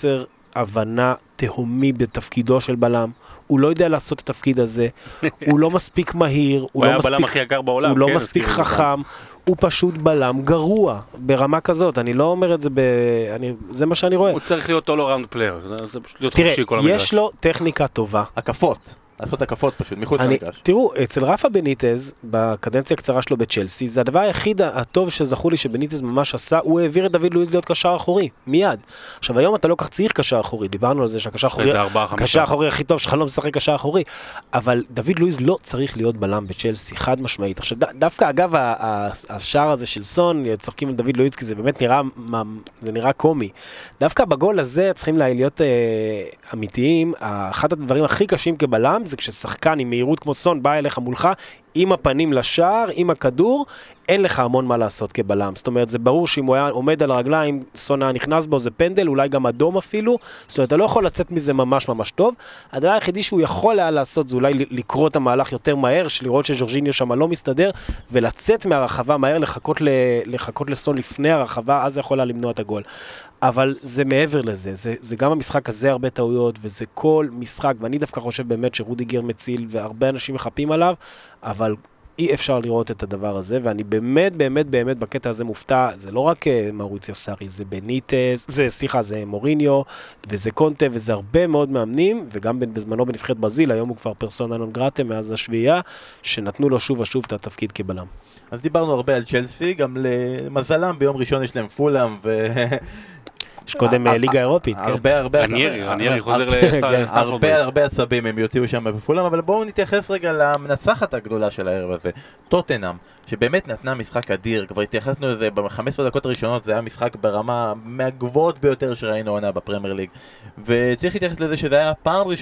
הבנה תהומי בתפקידו של בלם, הוא לא יודע לעשות את התפקיד הזה, הוא לא מספיק מהיר, הוא היה הבלם הכי יקר בעולם, הוא לא מספיק חכם, הוא פשוט בלם גרוע, ברמה כזאת, אני לא אומר את זה, זה מה שאני רואה. הוא צריך להיות all around player, זה פשוט להיות חופשי כל המגרש. תראה, יש לו טכניקה טובה. הקפות. לעשות הקפות פשוט, מחוץ למגרש. תראו, אצל רפה בניטז, בקדנציה הקצרה שלו בצ'לסי, זה הדבר היחיד הטוב שזכו לי שבניטז ממש עשה, הוא העביר את דוד לואיז להיות קשר אחורי, מיד. עכשיו, היום אתה לא כך צריך קשר אחורי, דיברנו על זה שהקשר האחורי הכי טוב שלך לא משחק קשר אחורי, אבל דוד לואיז לא צריך להיות בלם בצ'לסי, חד משמעית. עכשיו, דווקא אגב, השער הזה של סון, צוחקים על דוד לואיז, כי זה באמת נראה קומי. דווקא בגול הזה צריכים להיות אמיתיים. אחד הדברים הכי קשים כבלם זה כששחקן עם מהירות כמו סון בא אליך מולך, עם הפנים לשער, עם הכדור, אין לך המון מה לעשות כבלם. זאת אומרת, זה ברור שאם הוא היה עומד על הרגליים, סון היה נכנס בו, זה פנדל, אולי גם אדום אפילו. זאת אומרת, אתה לא יכול לצאת מזה ממש ממש טוב. הדבר היחידי שהוא יכול היה לעשות, זה אולי לקרוא את המהלך יותר מהר, לראות שז'ורג'יניו שם לא מסתדר, ולצאת מהרחבה מהר, לחכות לסון לפני הרחבה, אז זה יכול למנוע את הגול. אבל זה מעבר לזה, זה גם המשחק הזה הרבה טעויות, וזה כל משחק, ואני דווקא חושב באמת שרודיגר מציל, והרבה אנשים מחפים עליו, אבל אי אפשר לראות את הדבר הזה, ואני באמת, באמת, באמת בקטע הזה מופתע, זה לא רק מאוריציו סארי, זה בניטס, זה מוריניו, וזה קונטה, וזה הרבה מאוד מאמנים, וגם בזמנו בנבחרת ברזיל, היום הוא כבר פרסונה נון גרטה מאז השביעייה, שנתנו לו שוב ושוב את התפקיד כבלם. אז דיברנו הרבה על צ'לסי, גם למזלם ביום ראשון יש להם פולאם יש קודם ליגה אירופית, כן. רניירי חוזר לסטארפורד. הרבה עצבים הם יוציאו שם בפולאם, אבל בואו נתייחס רגע למנצחת הגדולה של הערב הזה, טוטנהאם, שבאמת נתנה משחק אדיר, כבר התייחסנו לזה ב-15 דקות הראשונות, זה היה משחק ברמה מהגבוהות ביותר שראינו עונה בפרמייר ליג, וצריך להתייחס לזה שזה היה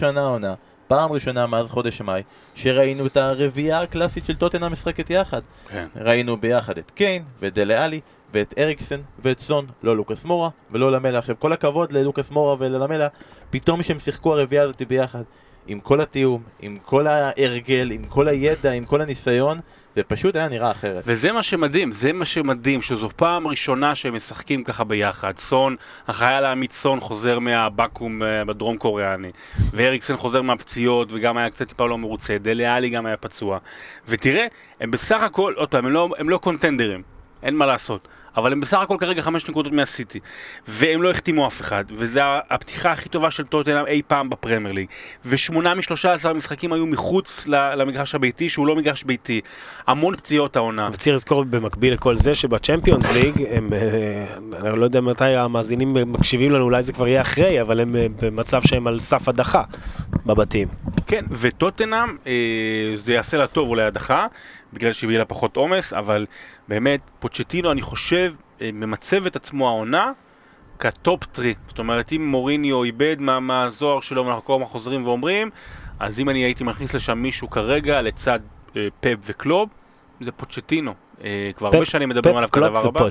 פעם ראשונה מאז חודש מאי, שראינו את הרביעייה הקלאסית של טוטנהאם משחקת יחד. ראינו ביחד את קיין ודלה אלי, ואת אריקסן ואת סון, לא לוקאס מורה ולא למלה. עכשיו כל הכבוד ללוקאס מורה ולמלה, פתאום שהם שיחקו הרביעייה הזאת ביחד, עם כל התיאום, עם כל ההרגל, עם כל הידע, עם כל הניסיון, זה פשוט היה נראה אחרת. וזה מה שמדהים, שזו פעם ראשונה שהם משחקים ככה ביחד. סון, החייל העמית סון חוזר מהבקום בדרום קוריאני, ואריקסן חוזר מהפציעות וגם היה קצת טיפה לא מרוצה, דלה אלי גם היה פצוע. ותראה, הם בסך הכל, עוד פעם, הם לא קונטנדרים, אין מה לעשות. אבל הם בסך הכל כרגע 5 נקודות מהסיטי, והם לא החתימו אף אחד, וזו הפתיחה הכי טובה של טוטנהאם אי פעם בפרמייר ליג, ו8 מ-13 משחקים היו מחוץ למגרש הביתי, שהוא לא מגרש ביתי, המון פציעות העונה. וצריך לזכור במקביל לכל זה שבצ'מפיונס ליג, אני לא יודע מתי המאזינים מקשיבים לנו, אולי זה כבר יהיה אחרי, אבל הם במצב שהם על סף הדחה בבתים. כן, וטוטנהאם, זה יעשה לה טוב אולי הדחה, בגלל שיהיה לה פחות עומס, אבל באמת, פוצ'טינו, אני חושב, ממצב את עצמו העונה כטופ 3. זאת אומרת, אם מוריניו איבד מהזוהר שלו, ואנחנו כל הזמן חוזרים ואומרים, אז אם אני הייתי מכניס לשם מישהו כרגע, לצד פפ וקלוב, זה פוצ'טינו. כבר הרבה שנים מדברים עליו כדבר הבא.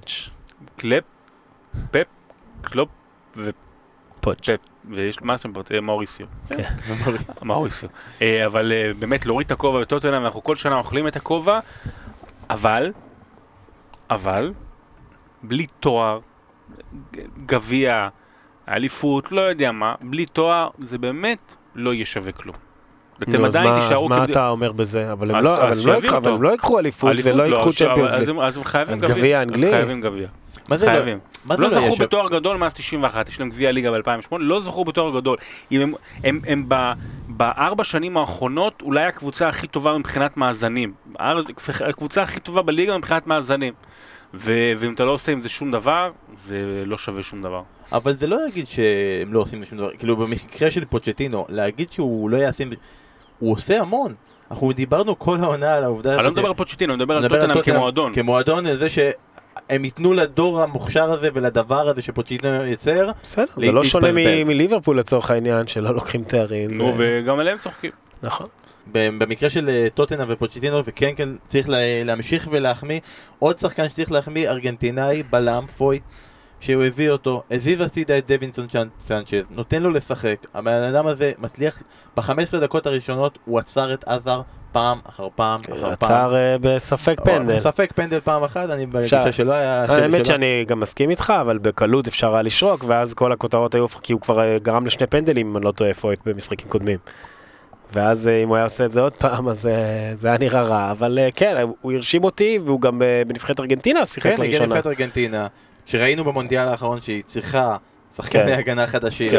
פפ, קלוב ופוצ'. ויש מה שם פרטי, מאוריסיו. מאוריסיו. אבל באמת להוריד את הכובע בטוטנהאם, ואנחנו כל שנה אוכלים את הכובע, אבל, בלי תואר, גביע, אליפות, לא יודע מה, בלי תואר, זה באמת לא יהיה שווה כלום. אתם עדיין תישארו... אז מה אתה אומר בזה? אבל הם לא יקחו אליפות ולא יקחו צ'מפיונס ליג. אז הם חייבים גביע. אז גביע אנגלי? חייבים גביע. חייבים. לא זכו בתואר גדול מאז 91, יש להם גביע ליגה ב-2008, לא זכו בתואר גדול. הם ב4 שנים האחרונות אולי הקבוצה הכי טובה מבחינת מאזנים. הקבוצה הכי טובה בליגה מבחינת מאזנים. ואם אתה לא עושה עם זה שום דבר, זה לא שווה שום דבר. אבל זה לא להגיד שהם לא עושים שום דבר. כאילו במקרה של פוצ'טינו, להגיד שהוא לא יעשה... הוא עושה המון. אנחנו דיברנו כל העונה על העובדה... אני לא מדבר על פוצ'טינו, אני מדבר על טוטנהאם כמועדון. כמועדון זה הם ייתנו לדור המוכשר הזה ולדבר הזה שפוצ'טינו יצר. בסדר, זה לא שונה מליברפול לצורך העניין, שלא לוקחים תארים. נו, וגם עליהם צוחקים. נכון. במקרה של טוטנהאם ופוצ'טינו, וכן צריך להמשיך ולהחמיא, עוד שחקן שצריך להחמיא, ארגנטינאי, בלם, פויט, שהוא הביא אותו, הזיז הצידה את דווינסון סנצ'ז, נותן לו לשחק, הבן אדם הזה מצליח, ב-15 דקות הראשונות הוא עצר את עזר פעם אחר פעם אחר פעם. עצר בספק פנדל. ספק פנדל פעם אחת, אני בגישה שלא היה... האמת שאני גם מסכים איתך, אבל בקלות אפשר היה לשרוק, ואז כל הכותרות היו, כי הוא כבר גרם לשני פנדלים, אם אני לא טועה איפה במשחקים קודמים. ואז אם הוא היה עושה את זה עוד פעם, אז זה היה נראה רע, אבל כן, הוא הרשים אותי, והוא גם בנבחרת ארגנטינה שיחק לראשונה. כן, הגיע נבחרת ארגנטינה, שראינו במונדיאל האחרון שהיא צריכה שחקני הגנה חדשים.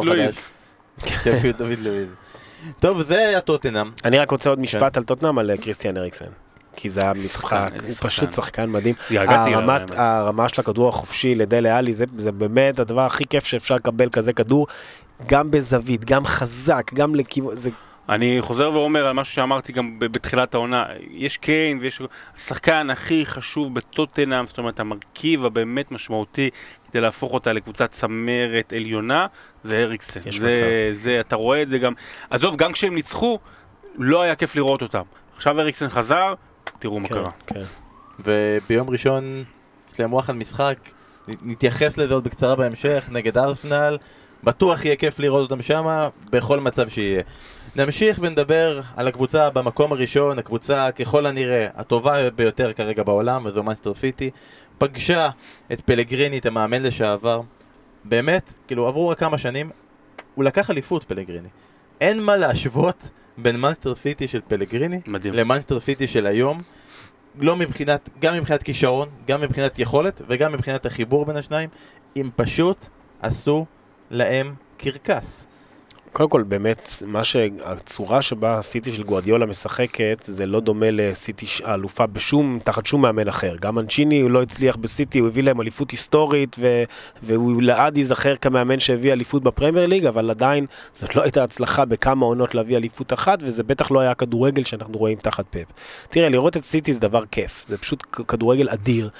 דוד לואיז. טוב, זה היה טוטנהאם. אני רק רוצה עוד משפט על טוטנהאם, על קריסטיאן אריקסן. כי זה היה משחק, הוא פשוט שחקן מדהים. הרמה של הכדור החופשי לדלה עלי, זה באמת הדבר הכי כיף שאפשר לקבל כזה כדור, גם בזווית, גם חזק, גם לכיוון... אני חוזר ואומר על משהו שאמרתי גם בתחילת העונה, יש קיין ויש השחקן הכי חשוב בטוטנהאם, זאת אומרת המרכיב הבאמת משמעותי כדי להפוך אותה לקבוצת צמרת עליונה, זה אריקסן. זה, אתה רואה את זה גם, עזוב, גם כשהם ניצחו, לא היה כיף לראות אותם. עכשיו אריקסן חזר, תראו מה קרה. וביום ראשון שלהם וואחד משחק, נתייחס לזה עוד בקצרה בהמשך, נגד ארסנל, בטוח יהיה כיף לראות אותם שמה, בכל מצב שיהיה. נמשיך ונדבר על הקבוצה במקום הראשון, הקבוצה ככל הנראה הטובה ביותר כרגע בעולם, וזו מנצ'סטר סיטי, פגשה את פלגריני, את המאמן לשעבר. באמת, כאילו עברו רק כמה שנים, הוא לקח אליפות פלגריני. אין מה להשוות בין מנצ'סטר סיטי של פלגריני למנצ'סטר סיטי של היום, לא מבחינת, גם מבחינת כישרון, גם מבחינת יכולת וגם מבחינת החיבור בין השניים, הם פשוט עשו להם קרקס. קודם כל, באמת, הצורה שבה סיטי של גוארדיולה משחקת, זה לא דומה לסיטי האלופה תחת שום מאמן אחר. גם אנצ'יני הוא לא הצליח בסיטי, הוא הביא להם אליפות היסטורית, והוא לעד ייזכר כמאמן שהביא אליפות בפרמייר ליג, אבל עדיין זאת לא הייתה הצלחה בכמה עונות להביא אליפות אחת, וזה בטח לא היה כדורגל שאנחנו רואים תחת פאפ. תראה, לראות את סיטי זה דבר כיף, זה פשוט כדורגל אדיר.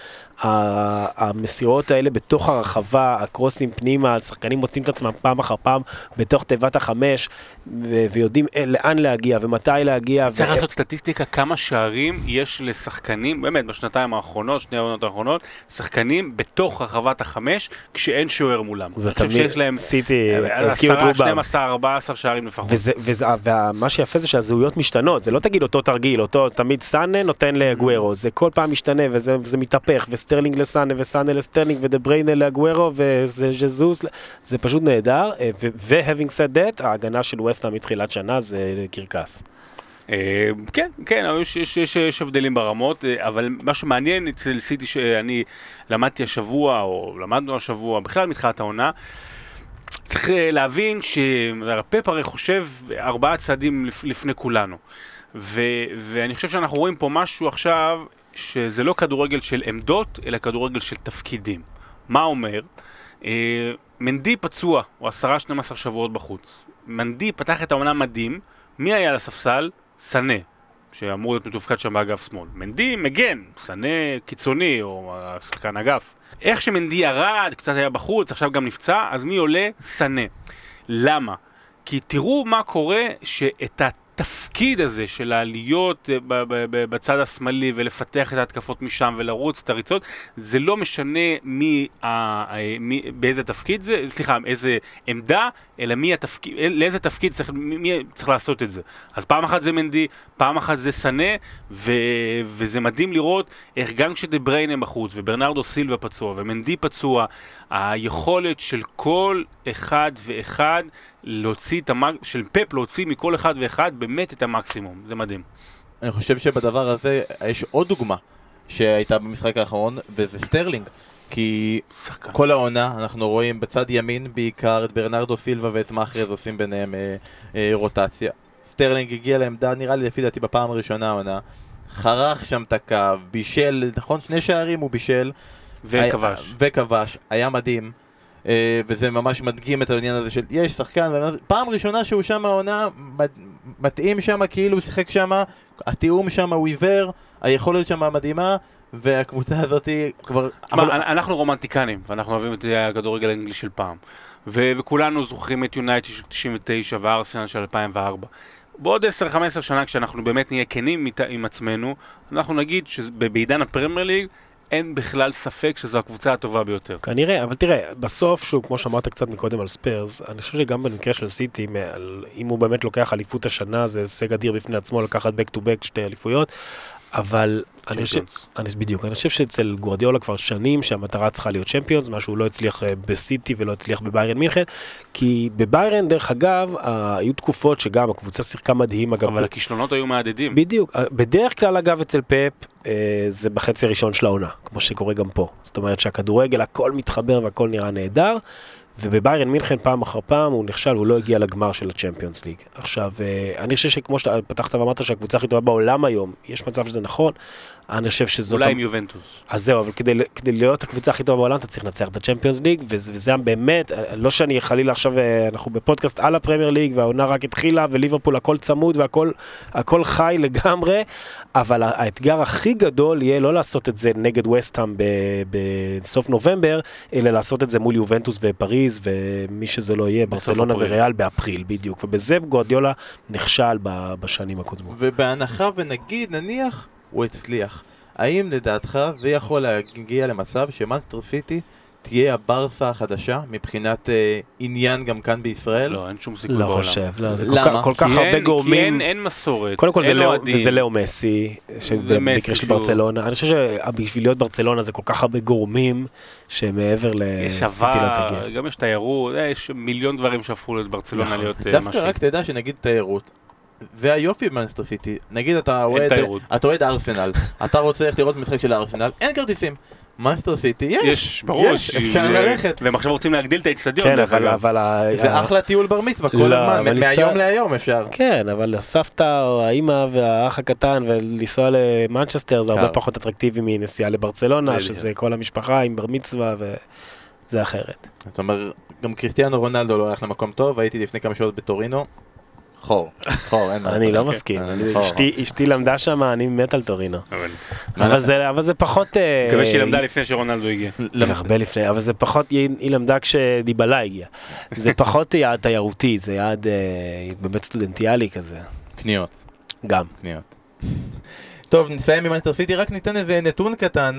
המסירות האלה בתוך הרחבה, הקרוסים פנימה, השחקנים מוצאים את עצמם פעם אחר פעם בתוך תיבת החמש, ויודעים לאן להגיע ומתי להגיע. צריך לעשות סטטיסטיקה כמה שערים יש לשחקנים, באמת בשנתיים האחרונות, שני העונות האחרונות, שחקנים בתוך רחבת החמש, כשאין שוער מולם. זה תמיד סיטי, 12, 14 שערים לפחות. ומה שיפה זה שהזהויות משתנות, זה לא תגיד אותו תרגיל, אותו תמיד סאנה נותן לאגוארו, זה כל פעם משתנה וזה מתהפך, וסטרלינג לסאנה וסאנה לסטרלינג ודה בריינה לאגוארו וזה ז'זוס, זה פשוט נהדר, ו-having said that, ההגנה של ווסטהאם מתחילת שנה זה קרקס. כן, יש הבדלים ברמות, אבל מה שמעניין אצל סיטי שאני למדתי השבוע, או למדנו השבוע, בכלל מתחילת העונה, צריך להבין שהפפ הרי חושב 4 צעדים לפני כולנו, ואני חושב שאנחנו רואים פה משהו עכשיו, שזה לא כדורגל של עמדות, אלא כדורגל של תפקידים. מה אומר? מנדי פצוע, הוא 10-12 שבועות בחוץ. מנדי פתח את העונה מדהים, מי היה לספסל? סנה, שאמור להיות מתופקד שם באגף שמאל. מנדי מגן, סנה קיצוני, או שחקן אגף. איך שמנדי ירד, קצת היה בחוץ, עכשיו גם נפצע, אז מי עולה? סנה. למה? כי תראו מה קורה שאת התפקיד הזה של העליות בצד השמאלי ולפתח את ההתקפות משם ולרוץ את הריצות, זה לא משנה באיזה תפקיד זה, סליחה, איזה עמדה, אלא לאיזה תפקיד מי צריך לעשות את זה. אז פעם אחת זה מנדי, פעם אחת זה סנה, וזה מדהים לראות איך גם כשדה בריינה בחוץ וברנרדו סילבה פצוע ומנדי פצוע, היכולת של כל אחד ואחד להוציא של פפ להוציא מכל אחד ואחד באמת את המקסימום, זה מדהים. אני חושב שבדבר הזה יש עוד דוגמה שהייתה במשחק האחרון, וזה סטרלינג, כי כל העונה אנחנו רואים בצד ימין בעיקר את ברנרדו סילבה ואת מאחרז עושים ביניהם רוטציה. סטרלינג הגיע לעמדה, נראה לי לפי דעתי בפעם הראשונה העונה, חרך שם את הקו, בישל, נכון? 2 שערים הוא בישל וכבש, היה מדהים. וזה ממש מדגים את העניין הזה של יש שחקן, פעם ראשונה שהוא שם העונה מתאים שם, כאילו הוא שיחק שם, התיאום שם הוא עיוור, היכולת שם מדהימה, והקבוצה הזאת כבר... אנחנו רומנטיקנים, ואנחנו אוהבים את הכדורגל האנגלי של פעם, וכולנו זוכרים את יונייטד של 99 וארסנל של 2004. בעוד 10-15 שנה כשאנחנו באמת נהיה כנים עם עצמנו, אנחנו נגיד שבעידן הפרמייר ליג אין בכלל ספק שזו הקבוצה הטובה ביותר. כנראה, אבל תראה, בסוף, שוב, כמו שאמרת קצת מקודם על ספיירס, אני חושב שגם במקרה של סיטי, אם הוא באמת לוקח אליפות השנה, זה הישג אדיר בפני עצמו, לקחת back to back 2 אליפויות, אבל אני חושב שאצל גוארדיולה כבר שנים שהמטרה צריכה להיות צ'מפיונס, מה שהוא לא הצליח בסיטי ולא הצליח בביירן מינכן, כי בביירן, דרך אגב, היו תקופות שגם הקבוצה שיחקה מדהים, אבל הכישלונות היו מעדדים. בדיוק, בדרך כלל אגב אצל פאפ, זה בחצי הראשון של העונה, כמו שקורה גם פה. זאת אומרת שהכדורגל, הכל מתחבר והכל נראה נהדר, ובביירן מינכן פעם אחר פעם הוא נכשל, הוא לא הגיע לגמר של הצ'מפיונס ליג. עכשיו, אני חושב שכמו שאתה פתחת ואמרת שהקבוצה הכי טובה בעולם היום, יש מצב שזה נכון, אני חושב שזאת... אולי עם יובנטוס. אז זהו, אבל כדי להיות הקבוצה הכי טובה בעולם, אתה צריך לנצח את הצ'מפיונס ליג, וזה באמת, לא שאני חלילה עכשיו, אנחנו בפודקאסט על הפרמייר ליג, והעונה רק התחילה, וליברפול הכל צמוד, והכל חי לגמרי, אבל האתגר הכי גדול יהיה לא לעשות את זה נגד וסטהאם בסוף נובמבר, אלא לעשות את זה מול יובנטוס ופריז, ומי שזה לא יהיה, ברצלונה וריאל באפריל, בדיוק. ובזה גוארדיולה נכשל בשנים הקודמות. ובהנחה ונגיד, נניח, הוא הצליח. האם לדעתך זה יכול להגיע למצב שמנצ'סטר סיטי תהיה הברסה החדשה מבחינת עניין גם כאן בישראל? לא, אין שום סיכוי בעולם. לא חושב, לא, זה למה? כל כך הרבה גורמים. כי אין מסורת. קודם כל זה לאו מסי, שבמקרה של ברצלונה. אני חושב שבשביל להיות ברצלונה זה כל כך הרבה גורמים שמעבר לסיטי לא תגיע. גם יש תיירות, יש מיליון דברים שהפכו את ברצלונה להיות משהו. דווקא רק תדע שנגיד תיירות. והיופי במנצ'סטר סיטי, נגיד אתה אוהד ארסנל, אתה רוצה ללכת לראות משחק של ארסנל, אין כרטיסים. מנצ'סטר סיטי יש, ברור, אפשר ללכת. והם עכשיו רוצים להגדיל את האצטדיון. כן, אבל... זה אחלה טיול בר מצווה כל הזמן, מהיום להיום אפשר. כן, אבל הסבתא או האמא והאח הקטן ולנסוע למנצ'סטר זה הרבה פחות אטרקטיבי מנסיעה לברצלונה, שזה כל המשפחה עם בר מצווה וזה אחרת. זאת אומרת, גם קריסטיאנו רונלדו לא הולך למקום טוב, הייתי לפני כמה שעות בטורינו. חור, אין מה. אני לא מסכים, אשתי למדה שם, אני מת על טורינו. אבל זה פחות... מקווה שהיא למדה לפני שרונלדו הגיע. הרבה לפני, אבל זה פחות, היא למדה כשדיבלה הגיע. זה פחות יעד תיירותי, זה יעד באמת סטודנטיאלי כזה. קניות. גם. קניות. טוב, נסיים עם מנצ'סטר סיטי, רק ניתן איזה נתון קטן,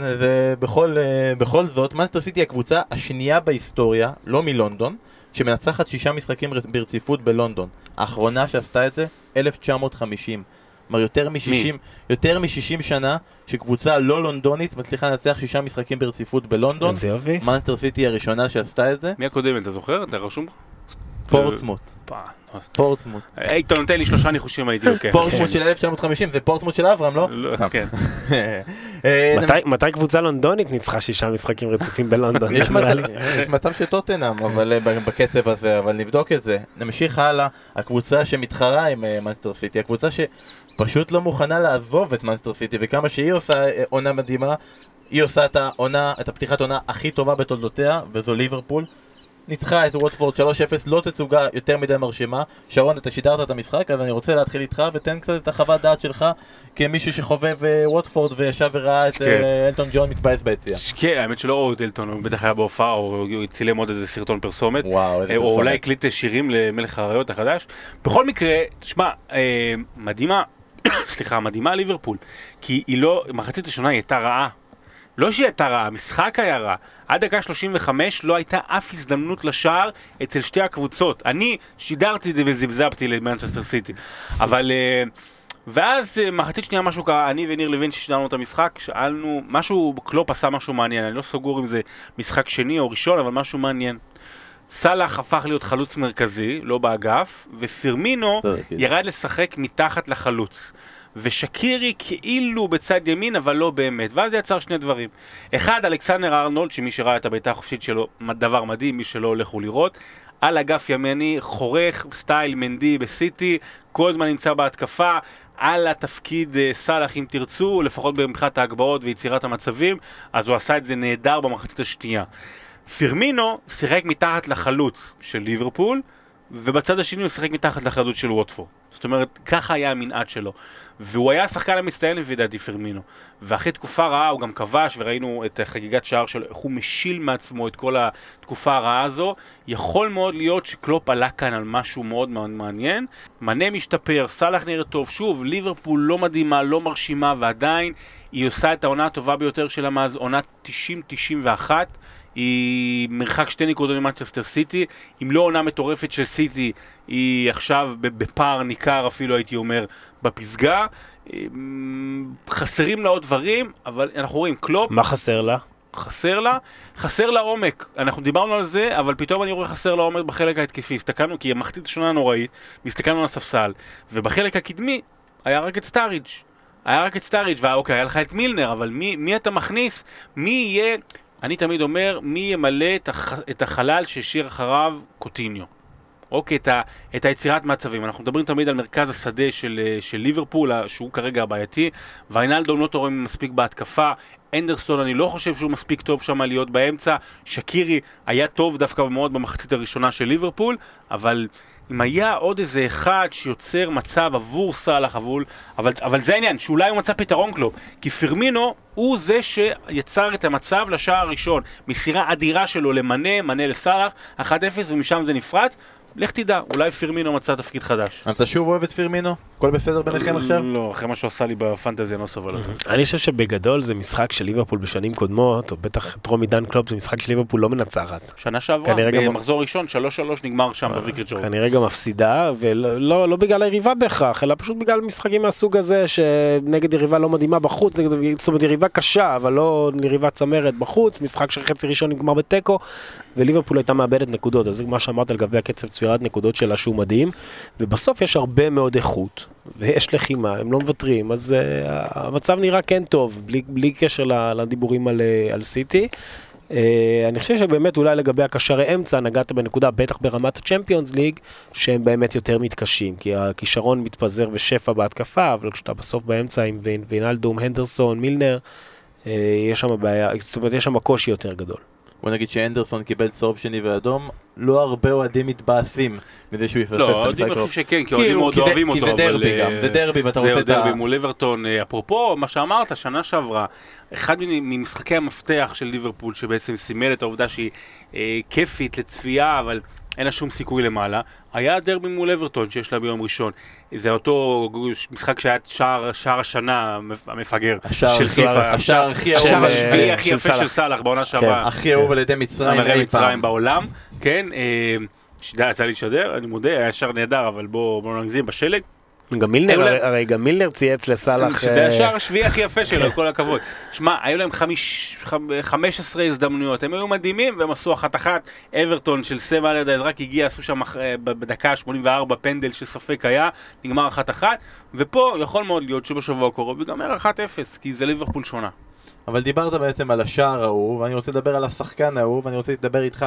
ובכל זאת, מנצ'סטר סיטי הקבוצה השנייה בהיסטוריה, לא מלונדון, שמנצחת 6 משחקים ברציפות בלונדון. האחרונה שעשתה את זה, 1950. כלומר, יותר מ-60 שנה שקבוצה לא לונדונית מצליחה לנצח 6 משחקים ברציפות בלונדון. איזה יופי. מנצ'סטר סיטי הראשונה שעשתה את זה. מי הקודמת, אתה זוכר? אתה רשום? פורטסמוט. פורטסמוט. אתה נותן לי 3 ניחושים הייתי לוקח. פורטסמוט של 1950, זה פורטסמוט של אברהם, לא? כן. מתי קבוצה לונדונית ניצחה 6 משחקים רצופים בלונדון? יש מצב שטוטנהאם, אבל בקצב הזה, אבל נבדוק את זה. נמשיך הלאה, הקבוצה שמתחרה עם מנצ'סטר סיטי, הקבוצה שפשוט לא מוכנה לעזוב את מנצ'סטר סיטי, וכמה שהיא עושה עונה מדהימה, היא עושה את הפתיחת עונה הכי טובה בתולדותיה, וזו ליברפול. ניצחה את ווטפורד 3-0, לא תצוגה יותר מדי מרשימה. שרון, אתה שידרת את המשחק, אז אני רוצה להתחיל איתך ותן קצת את החוות דעת שלך כמישהו שחובב ווטפורד וישב וראה את אלטון ג'ון מתבאס ביציאה. כן, האמת שלא ראו את אלטון, הוא בטח היה בהופעה או צילם עוד איזה סרטון פרסומת, וואו, איזה או פרסומת. אולי הקליט שירים למלך האריות החדש. בכל מקרה, תשמע, מדהימה, סליחה, מדהימה ליברפול, כי היא לא, מחצית השונה היא הייתה רעה. לא שהיא הייתה רעה, המשחק היה רע. עד דקה 35 לא הייתה אף הזדמנות לשער אצל שתי הקבוצות. אני שידרתי את זה וזבזבתי למנצ'סטר סיטי. אבל... ואז מחצית שנייה משהו קרה, אני וניר לוין ששידרנו את המשחק, שאלנו, קלופ עשה משהו מעניין, אני לא סגור אם זה משחק שני או ראשון, אבל משהו מעניין. סלאח הפך להיות חלוץ מרכזי, לא באגף, ופירמינו ירד לשחק מתחת לחלוץ. ושקירי כאילו בצד ימין, אבל לא באמת. ואז יצר 2 דברים. אחד, אלכסנדר ארנולד, שמי שראה את הביתה החופשית שלו, דבר מדהים, מי שלא הולך הוא לראות. על אגף ימני, חורך, סטייל מנדי בסיטי, כל הזמן נמצא בהתקפה, על התפקיד סלאח אם תרצו, לפחות במחת ההגבהות ויצירת המצבים, אז הוא עשה את זה נהדר במחצית השנייה. פירמינו שיחק מתחת לחלוץ של ליברפול, ובצד השני הוא שיחק מתחת לחלוץ של ווטפורד. זאת אומרת, ככה היה המנעד שלו. והוא היה השחקן המצטיין לפי דעתי פרמינו. ואחרי תקופה רעה הוא גם כבש, וראינו את חגיגת שער שלו, איך הוא משיל מעצמו את כל התקופה הרעה הזו. יכול מאוד להיות שקלופ עלה כאן על משהו מאוד מאוד מעניין. מנה משתפר, סלאח נראה טוב. שוב, ליברפול לא מדהימה, לא מרשימה, ועדיין היא עושה את העונה הטובה ביותר שלה מאז עונה 90-91. היא מרחק 2 נקודות ממנצ'סטר סיטי, אם לא עונה מטורפת של סיטי, היא עכשיו בפער ניכר אפילו הייתי אומר בפסגה. חסרים לה עוד דברים, אבל אנחנו רואים קלופ. מה חסר לה? חסר לה עומק. אנחנו דיברנו על זה, אבל פתאום אני רואה חסר לה עומק בחלק ההתקפי. הסתכלנו, כי המחצית השונה נוראית, והסתכלנו על הספסל, ובחלק הקדמי היה רק את סטאריג'. ואוקיי, היה לך את מילנר, אבל מי אתה מכניס? מי יהיה... אני תמיד אומר, מי ימלא את החלל ששיר אחריו קוטיניו. אוקיי, את היצירת מצבים. אנחנו מדברים תמיד על מרכז השדה של ליברפול, שהוא כרגע הבעייתי, ואיינלדום לא תורם מספיק בהתקפה. אנדרסון, אני לא חושב שהוא מספיק טוב שם להיות באמצע. שקירי היה טוב דווקא מאוד במחצית הראשונה של ליברפול, אבל אם היה עוד איזה אחד שיוצר מצב עבור סלאח, אבל זה העניין, שאולי הוא מצא פתרון קלופ, כי פרמינו הוא זה שיצר את המצב לשער הראשון, מסירה אדירה שלו מנה לסלאח, 1-0 ומשם זה נפרץ. לך תדע, אולי פרמינו מצא תפקיד חדש. אתה שוב אוהב את פרמינו? הכל בסדר ביניכם עכשיו? לא, אחרי מה שהוא עשה לי בפנטזיה לא סובל אותו. אני חושב שבגדול זה משחק של ליברפול בשנים קודמות, או בטח טרום עידן קלופ, זה משחק של ליברפול לא מנצחת. שנה שעברה, במחזור ראשון, 3-3 נגמר שם בוויקריג' רוד. כנראה גם מפסידה, ולא בגלל היריבה בהכרח, אלא פשוט בגלל משחקים מהסוג הזה, שנגד יריבה לא מדהימה בחוץ, זאת אומרת יריבה קשה, אבל לא יריבה צמרת בחוץ, משחק של חצי ראשון נגמר בטקו, וליברפול הייתה מאבדת נקודות, אז זה מה שאמרת על גבי הקצב צבירת נקודות שלה שהוא מדהים, ובסוף יש הרבה מאוד איכות, ויש לחימה, הם לא מוותרים, אז המצב נראה כן טוב, בלי קשר לדיבורים על סיטי. אני חושב שבאמת אולי לגבי הקשרי אמצע, נגעת בנקודה, בטח ברמת הצ'מפיונס ליג, שהם באמת יותר מתקשים, כי הכישרון מתפזר בשפע בהתקפה, אבל כשאתה בסוף באמצע עם ויינלדום, הנדרסון, מילנר, יש שם בעיה, זאת אומרת, יש שם קושי יותר גדול. בוא נגיד שאנדרסון קיבל צהוב שני ואדום, לא הרבה אוהדים מתבאסים מזה שהוא יפרפף את המשחק. לא, אוהדים חושב שכן, כי אוהדים מאוד אוהבים אותו. כי זה דרבי גם, זה דרבי ואתה רוצה את זה דרבי מול אברטון. אפרופו, מה שאמרת, שנה שעברה, אחד ממשחקי המפתח של ליברפול, שבעצם סימל את העובדה שהיא כיפית לצפייה, אבל אין לה שום סיכוי למעלה, היה דרבי מול אברטון שיש לה ביום ראשון. זה אותו משחק שהיה שער השנה המפגר של פיפ"א. השער השביעי הכי יפה של סלאח בעונה שעברה. הכי אהוב על ידי מצרים אי פעם. בעולם, כן. יצא לי לשדר, אני מודה, היה שער נהדר, אבל בואו נגזים בשלג. גם מילנר, הרי גם מילנר צייץ לסלאח. זה השער השביעי הכי יפה שלו, כל הכבוד. שמע, היו להם 15 הזדמנויות, הם היו מדהימים, והם עשו אחת, אברטון של סבא על יד העזרק הגיע, עשו שם בדקה 84 פנדל שספק היה, נגמר 1-1, ופה יכול מאוד להיות שבשבוע הקרוב ייגמר 1-0, כי זה ליברפול שונה. אבל דיברת בעצם על השער ההוא, ואני רוצה לדבר על השחקן ההוא, ואני רוצה לדבר איתך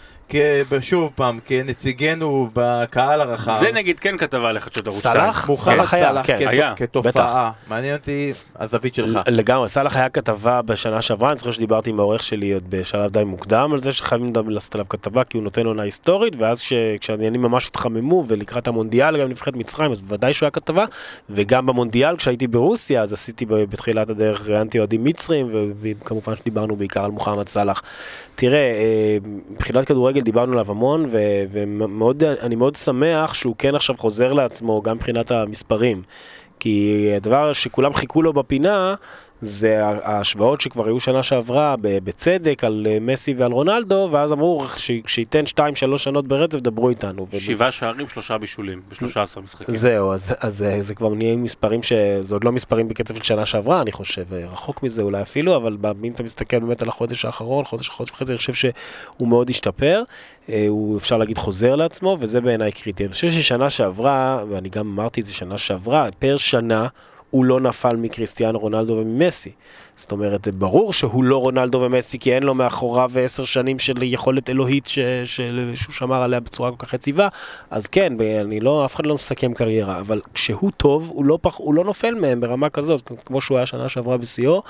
שוב פעם, כנציגנו בקהל הרחב. זה נגיד כן כתבה עליך של ערוץ 2. סלאח? סלאח היה, כתופעה. מעניין אותי הזווית שלך. לגמרי, סלאח היה כתבה בשנה שעברה, אני זוכר שדיברתי עם העורך שלי עוד בשלב די מוקדם על זה שחייבים לעשות עליו כתבה, כי הוא נותן עונה היסטורית, ואז כשעניינים ממש התחממו, ולקראת המונדיאל, גם נבחרת מצרים, אז בוודאי שהוא היה כתבה, וגם במונדיאל, כשהייתי ברוסיה, אז עשיתי בתחילת הדרך, ראיינתי אוהדים מצרים, וכמובן שדיברנו בעיקר על מוחמד סלאח. תראה, מבחינת כדורגל דיברנו עליו המון, ואני מאוד שמח שהוא כן עכשיו חוזר לעצמו, גם מבחינת המספרים. כי הדבר שכולם חיכו לו בפינה, זה ההשוואות שכבר היו שנה שעברה בצדק על מסי ועל רונלדו, ואז אמרו שייתן 2-3 שנות ברצף, דברו איתנו. 7 שערים, 3 בישולים, ב-13 משחקים. זהו, אז זה כבר נהיה מספרים זה עוד לא מספרים בקצב של שנה שעברה, אני חושב, רחוק מזה אולי אפילו, אבל אם אתה מסתכל באמת על החודש האחרון, חודש וחצי, אני חושב שהוא מאוד השתפר, הוא אפשר להגיד חוזר לעצמו, וזה בעיניי קריטי. אני חושב ששנה שעברה, ואני גם אמרתי את זה שנה שעברה, פר שנה, הוא לא נפל מקריסטיאנו רונלדו וממסי. זאת אומרת, זה ברור שהוא לא רונלדו ומסי, כי אין לו מאחוריו 10 שנים של יכולת אלוהית שהוא שמר עליה בצורה כל כך יציבה. אז כן, אף אחד לא מסכם קריירה, אבל כשהוא טוב, הוא לא נופל מהם ברמה כזאת, כמו שהוא היה שנה שעברה בשיאו,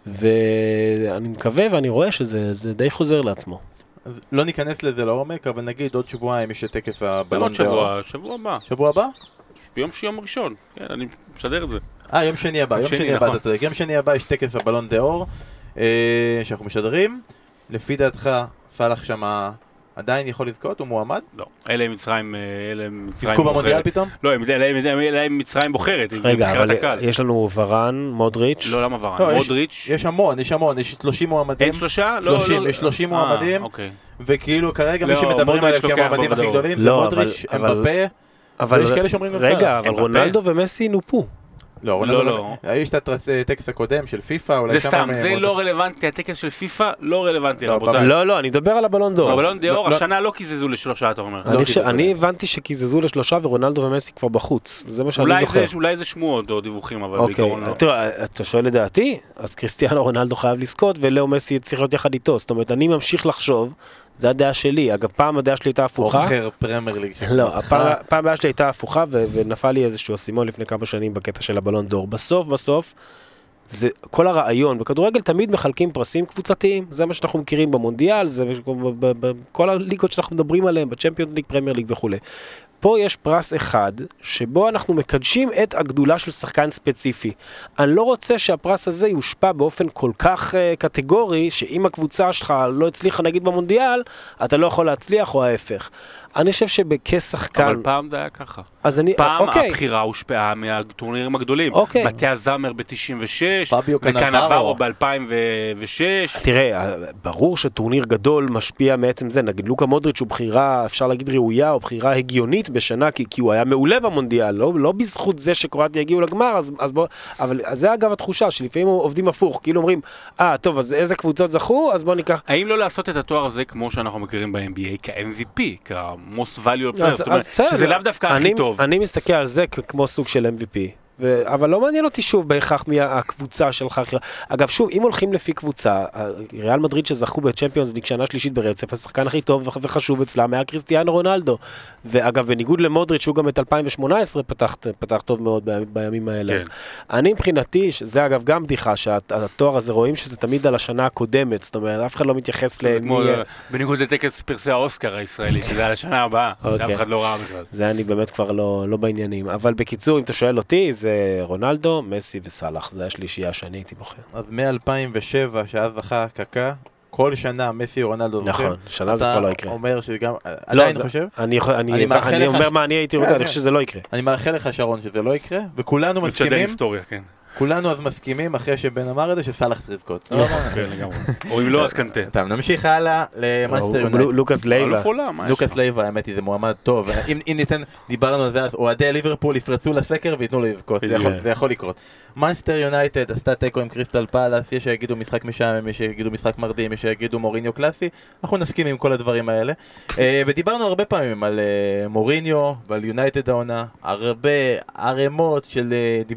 ואני מקווה ואני רואה שזה די חוזר לעצמו. לא ניכנס לזה לעומק, אבל נגיד עוד שבועיים יש את טקס הבלון ד'ור. שבוע הבא. שבוע הבא? ביום ראשון, כן, אני משדר את זה. יום שני הבא, אתה צודק. יום שני הבא יש טקס הבלון דה אור, שאנחנו משדרים. לפי דעתך, סלאח שמה עדיין יכול לזכות? הוא מועמד? לא. אלה עם מצרים תזכו במונדיאל פתאום? לא, אלה עם מצרים בוחרת. רגע, אבל יש לנו ורן, מודריץ'. לא, למה ורן? מודריץ'. יש המון, יש 30 מועמדים. אין 3? יש 30 מועמדים. וכאילו כרגע מי שמדברים עליהם כמועמדים הכי גדולים, זה מודריץ', אמבפה, ויש כאלה שאומרים לך. רגע, אבל רונלדו ומסי נופו. לא. יש את הטקס הקודם של פיפה, זה סתם, זה לא רלוונטי, הטקס של פיפה לא רלוונטי, רבותיי. לא, אני מדבר על הבלון דור. הבלון דור, השנה לא קיזזו ל3, אתה אומר. אני הבנתי שקיזזו ל3 ורונלדו ומסי כבר בחוץ, זה מה שאני זוכר. אולי זה שמועות או דיווחים, אבל בעיקרון לא. תראה, אתה שואל לדעתי, אז קריסטיאנו רונלדו חייב לזכות, ולאו מסי צריך להיות יחד איתו, זאת אומרת, אני ממשיך לחשוב, זה הדעה שלי. אגב, פעם הדעה שלי הייתה הפוכה. אוכר פרמייר ליג. לא, פעם הדעה שלי הייתה הפוכה, ונפל לי איזשהו אסימון לפני כמה שנים בקטע של הבלון דור. בסוף, זה כל הרעיון. בכדורגל תמיד מחלקים פרסים קבוצתיים, זה מה שאנחנו מכירים במונדיאל, זה בכל הליגות שאנחנו מדברים עליהן, בצ'מפיונס ליג, פרמייר ליג וכו'. פה יש פרס אחד, שבו אנחנו מקדשים את הגדולה של שחקן ספציפי. אני לא רוצה שהפרס הזה יושפע באופן כל כך קטגורי, שאם הקבוצה שלך לא הצליחה נגיד במונדיאל, אתה לא יכול להצליח או ההפך. אני חושב שבכשחקן... אבל פעם זה היה ככה. פעם הבחירה הושפעה מהטורנירים הגדולים. מתי הזמר ב-96, וקנברו ב-2006. תראה, ברור שטורניר גדול משפיע מעצם זה. נגיד לוקה מודריץ' הוא בחירה, אפשר להגיד ראויה, או בחירה הגיונית בשנה, כי הוא היה מעולה במונדיאל, לא בזכות זה שקרואטיה הגיעו לגמר, אבל זה אגב התחושה, שלפעמים עובדים הפוך, כאילו אומרים, טוב, אז איזה קבוצות זכו, אז בוא ניקח... האם לא לעשות את התואר הזה כמו שאנחנו מכירים ב-NBA, כ-MVP, כ-Most Valuable Player, זאת אומרת, שזה לאו דווקא הכי טוב. אני מסתכל על זה כמו סוג של MVP. אבל לא מעניין אותי שוב בהכרח מהקבוצה שלך. אגב, שוב, אם הולכים לפי קבוצה, ריאל מדריד שזכו בצ'מפיונס ליג שנה שלישית ברצף, השחקן הכי טוב וחשוב אצלם היה קריסטיאנו רונלדו. ואגב, בניגוד למודריץ' שהוא גם את 2018 פתח טוב מאוד בימים האלה. אני מבחינתי, זה אגב גם בדיחה, שהתואר הזה רואים שזה תמיד על השנה הקודמת, זאת אומרת, אף אחד לא מתייחס בניגוד לטקס פרסי האוסקר הישראלי, שזה על השנה הבאה, שאף אחד לא ראה בכלל. זה אני באמת כבר לא בעניינים. אבל בקיצור, אם אתה שואל אותי, זה רונלדו, מסי וסלאח, זה השלישייה שאני הייתי בוחר. אז מ-2007, שאז זכה קקה, כל שנה מסי או רונלדו זוכים. נכון, שנה זה כבר לא יקרה. אתה אומר שזה גם, עדיין חושב? אני אומר מה אני הייתי רוצה, אני חושב שזה לא יקרה. אני מאחל לך שרון שזה לא יקרה, וכולנו מסכימים. היסטוריה, כן. כולנו אז מסכימים, אחרי שבן אמר את זה, שסלאח צריך לזכות. כן, לגמרי. או אם לא, אז קנטה. טוב, נמשיך הלאה למאנסטר יונייטד. לוקאס לייבה. לוקאס לייבה, האמת היא, זה מועמד טוב. אם ניתן, דיברנו על זה, אז אוהדי ליברפול יפרצו לסקר ויתנו לו לזכות. זה יכול לקרות. מאנסטר יונייטד עשתה תיקו עם קריסטל פאלאס, יש שיגידו משחק משעמם, יש שיגידו משחק מרדים, יש שיגידו מוריניו קלאסי. אנחנו נסכים עם כל הדברים האלה. ודיברנו הרבה פעמים על מוריניו ועל יונייטד העונה, הרבה ערימות של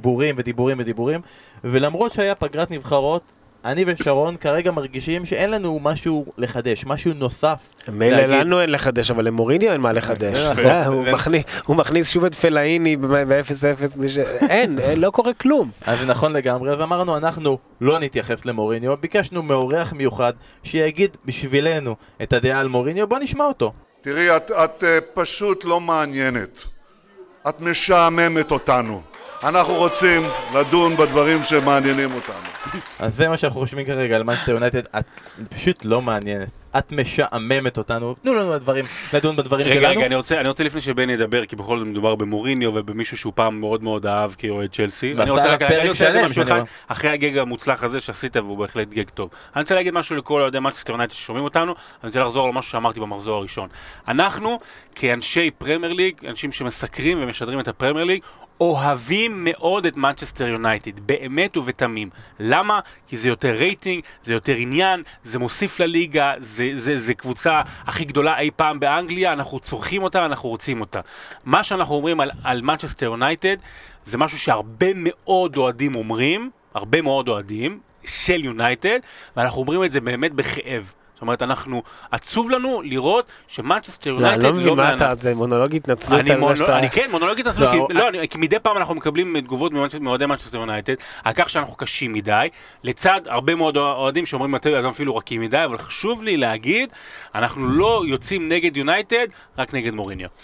דיבורים, ולמרות שהיה פגרת נבחרות, אני ושרון כרגע מרגישים שאין לנו משהו לחדש, משהו נוסף. מילא לנו אין לחדש, אבל למוריניו אין מה לחדש. הוא מכניס שוב את פלאיני ב-0-0, אין, לא קורה כלום. אז נכון לגמרי, אז אמרנו, אנחנו לא נתייחס למוריניו, ביקשנו מאורח מיוחד שיגיד בשבילנו את הדעה על מוריניו, בוא נשמע אותו. תראי, את פשוט לא מעניינת. את משעממת אותנו. אנחנו רוצים לדון בדברים שמעניינים אותנו. אז זה מה שאנחנו חושבים כרגע על מאנסטר יונייטד, את פשוט לא מעניינת. את משעממת אותנו, תנו לנו לדון בדברים שלנו. רגע, אני רוצה לפני שבני ידבר, כי בכל זאת מדובר במוריניו ובמישהו שהוא פעם מאוד מאוד אהב כאוהד צ'לסי. אני רוצה להגיד משהו אחד, אחרי הגג המוצלח הזה שעשית, והוא בהחלט גג טוב. אני רוצה להגיד משהו לכל אוהדי מאנצ'סטר יונייטד ששומעים אותנו, אני רוצה לחזור על משהו שאמרתי במחזור הראשון. אנחנו, כאנשי פרמייר ליג, אנשים שמסקרים ומשדרים את הפרמייר ליג, אוהבים מאוד את מנצ'סטר יונייטד, באמת ובתמים. למה? כי זה יותר רייטינג, זה יותר עניין, זה מוסיף לליגה, זה קבוצה הכי גדולה אי פעם באנגליה, אנחנו צורכים אותה, אנחנו רוצים אותה. מה שאנחנו אומרים על מנצ'סטר יונייטד, זה משהו שהרבה מאוד אוהדים אומרים, הרבה מאוד אוהדים של יונייטד, ואנחנו אומרים את זה באמת בכאב. זאת אומרת, עצוב לנו לראות שמנצ'סטר יונייטד לא מבין מה אתה, זה מונולוג התנצלות על זה שאתה... אני כן, מונולוג התנצלות, כי מדי פעם אנחנו מקבלים תגובות מאוהדי מנצ'סטר יונייטד, על כך שאנחנו קשים מדי, לצד הרבה מאוד אוהדים שאומרים אתם אפילו רכים מדי, אבל חשוב לי להגיד, אנחנו לא יוצאים נגד יונייטד, רק נגד מוריניו.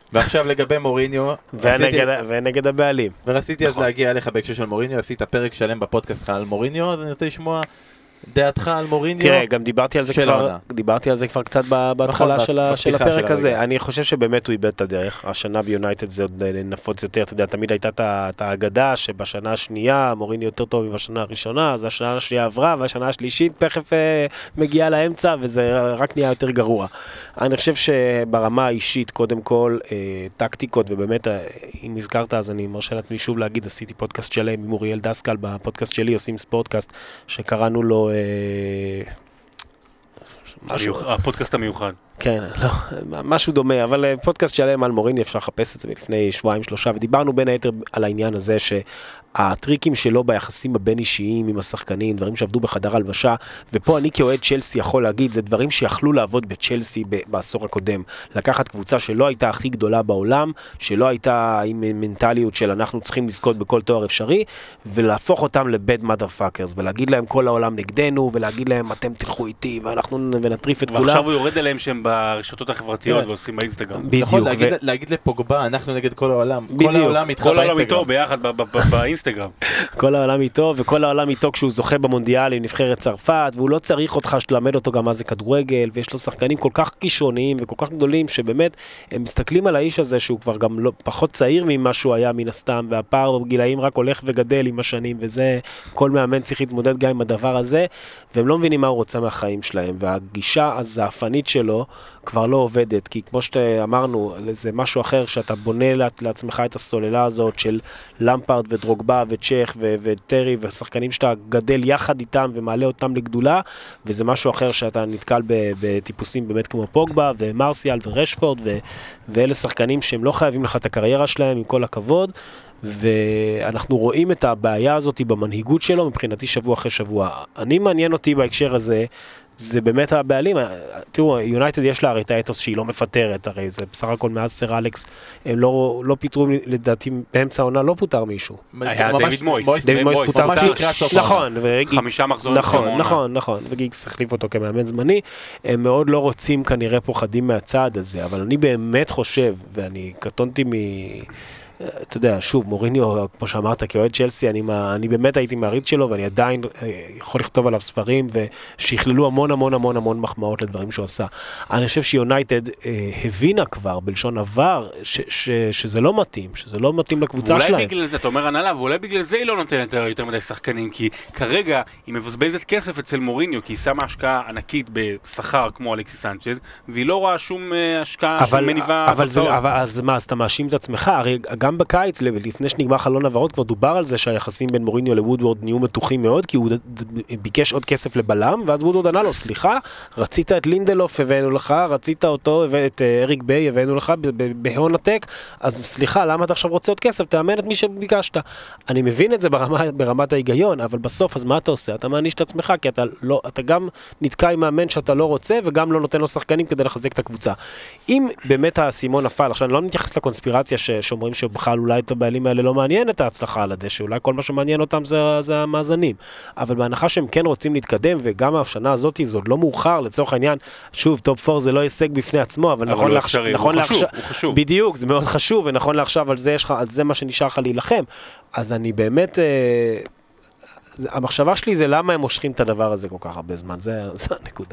ועכשיו לגבי מוריניו, ונגד הבעלים. ורציתי אז להגיע אליך בהקשר של מוריניו, עשית פרק שלם בפודקאסט על מוריניו, אז אני רוצה לשמוע דעתך על מוריניו. תראה, גם דיברתי על זה כבר קצת בהתחלה של הפרק הזה. אני חושב שבאמת הוא איבד את הדרך. השנה ביונייטד זה עוד נפוץ יותר. אתה יודע, תמיד הייתה את האגדה שבשנה השנייה מוריניו יותר טוב מבשנה הראשונה, אז השנה השנייה עברה, והשנה השלישית תכף מגיעה לאמצע, וזה רק נהיה יותר גרוע. אני חושב שברמה האישית, קודם כל, טקטיקות, ובאמת, אם הזכרת, אז אני מרשה לעצמי שוב להגיד, עשיתי פודקאסט שלם עם אוריאל דסקל, בפודקאסט שלי עושים ספורטקאסט, שקראנו לו הפודקאסט המיוחד. כן, לא, משהו דומה, אבל פודקאסט שלם על מוריניו אפשר לחפש את זה לפני 2-3, ודיברנו בין היתר על העניין הזה שהטריקים שלו ביחסים הבין אישיים עם השחקנים, דברים שעבדו בחדר הלבשה, ופה אני כאוהד צ'לסי יכול להגיד, זה דברים שיכלו לעבוד בצ'לסי בעשור הקודם. לקחת קבוצה שלא הייתה הכי גדולה בעולם, שלא הייתה עם מנטליות של אנחנו צריכים לזכות בכל תואר אפשרי, ולהפוך אותם לבד motherfuckers, ולהגיד להם כל העולם נגדנו, ולהגיד להם אתם תלכו איתי, ואנחנו נטריף את כולם. ועכשיו הוא יורד אליהם שהם ברשתות החברתיות ועושים באינסטגרם. בדיוק. להגיד לפוגבה, אנחנו נגד כל העולם. כל העולם איתך באינסטגרם. כל העולם איתו ביחד באינסטגרם. כל העולם איתו, וכל העולם איתו כשהוא זוכה במונדיאל עם נבחרת צרפת, והוא לא צריך אותך שתלמד אותו גם מה זה כדורגל, ויש לו שחקנים כל כך כישרוניים וכל כך גדולים, שבאמת הם מסתכלים על האיש הזה, שהוא כבר גם לא, פחות צעיר ממה שהוא היה מן הסתם, והפער בגילאים רק הולך וגדל עם השנים, וזה, כל מאמן צריך להתמודד גם עם הדבר הזה, והם לא מבינים מה הוא רוצה מהחיים שלהם, והגישה הזעפנית שלו כבר לא עובדת, כי כמו שאמרנו, זה משהו אחר שאתה בונה לעצמך את הסוללה הזאת של למפרד ודרוגבה וצ'ך וטרי ושחקנים שאתה גדל יחד איתם ומעלה אותם לגדולה, וזה משהו אחר שאתה נתקל בטיפוסים באמת כמו פוגבה ומרסיאל ורשפורד, ואלה שחקנים שהם לא חייבים לך את הקריירה שלהם עם כל הכבוד, ואנחנו רואים את הבעיה הזאת במנהיגות שלו מבחינתי שבוע אחרי שבוע. אני מעניין אותי בהקשר הזה, זה באמת הבעלים. תראו, יונייטד יש לה הרי את האתוס שהיא לא מפטרת, הרי זה בסך הכל מאז סר אלכס, הם לא פיטרו, לדעתי באמצע העונה לא פוטר מישהו. היה דיוויד מויס. דיוויד מויס פוטר. נכון. 5 מחזורים. נכון. וגיגס החליף אותו כמאמן זמני. הם מאוד לא רוצים כנראה פוחדים מהצעד הזה, אבל אני באמת חושב, ואני קטונתי אתה יודע, שוב, מוריניו, כמו שאמרת, כאוהד צ'לסי, אני באמת הייתי מעריץ שלו, ואני עדיין יכול לכתוב עליו ספרים, ושיכללו המון מחמאות לדברים שהוא עשה. אני חושב שיונייטד הבינה כבר, בלשון עבר, שזה לא מתאים, שזה לא מתאים לקבוצה שלהם. אולי בגלל זה, אתה אומר הנהלה, ואולי בגלל זה היא לא נותנת יותר מדי שחקנים, כי כרגע היא מבזבזת כסף אצל מוריניו, כי היא שמה השקעה ענקית בשכר כמו אלכסיס סנצ'ז, והיא לא רואה שום השקעה שמניבה תוצאות. אז מה, אז אתה מאשים את עצמך? הרי גם בקיץ, לפני שנגמר חלון העברות, כבר דובר על זה שהיחסים בין מוריניו לוודוורד נהיו מתוחים מאוד, כי הוא ביקש עוד כסף לבלם, ואז וודוורד ענה לו, סליחה, רצית את לינדלוף, הבאנו לך, רצית אותו, את אריק ביי, הבאנו לך בהון עתק, אז סליחה, למה אתה עכשיו רוצה עוד כסף? תאמן את מי שביקשת. אני מבין את זה ברמת ההיגיון, אבל בסוף, אז מה אתה עושה? אתה מעניש את עצמך, כי אתה גם נתקע עם מאמן שאתה לא רוצה, וגם לא נותן לו שחקנים כדי לחזק את הקבוצה. אם באמת האסימון נפל, עכשיו אני לא נתייחס לקונספירציה שאומרים שבכלל אולי את הבעלים האלה לא מעניין את ההצלחה על הדשא, אולי כל מה שמעניין אותם זה המאזנים. אבל בהנחה שהם כן רוצים להתקדם, וגם השנה הזאת זה עוד לא מאוחר, לצורך העניין, שוב, טופ 4 זה לא הישג בפני עצמו, אבל נכון לעכשיו, בדיוק, זה מאוד חשוב, ונכון לעכשיו, על זה מה שנשאר לך להילחם. אז אני באמת, המחשבה שלי זה למה הם מושכים את הדבר הזה כל כך הרבה זמן, זה הנקודה.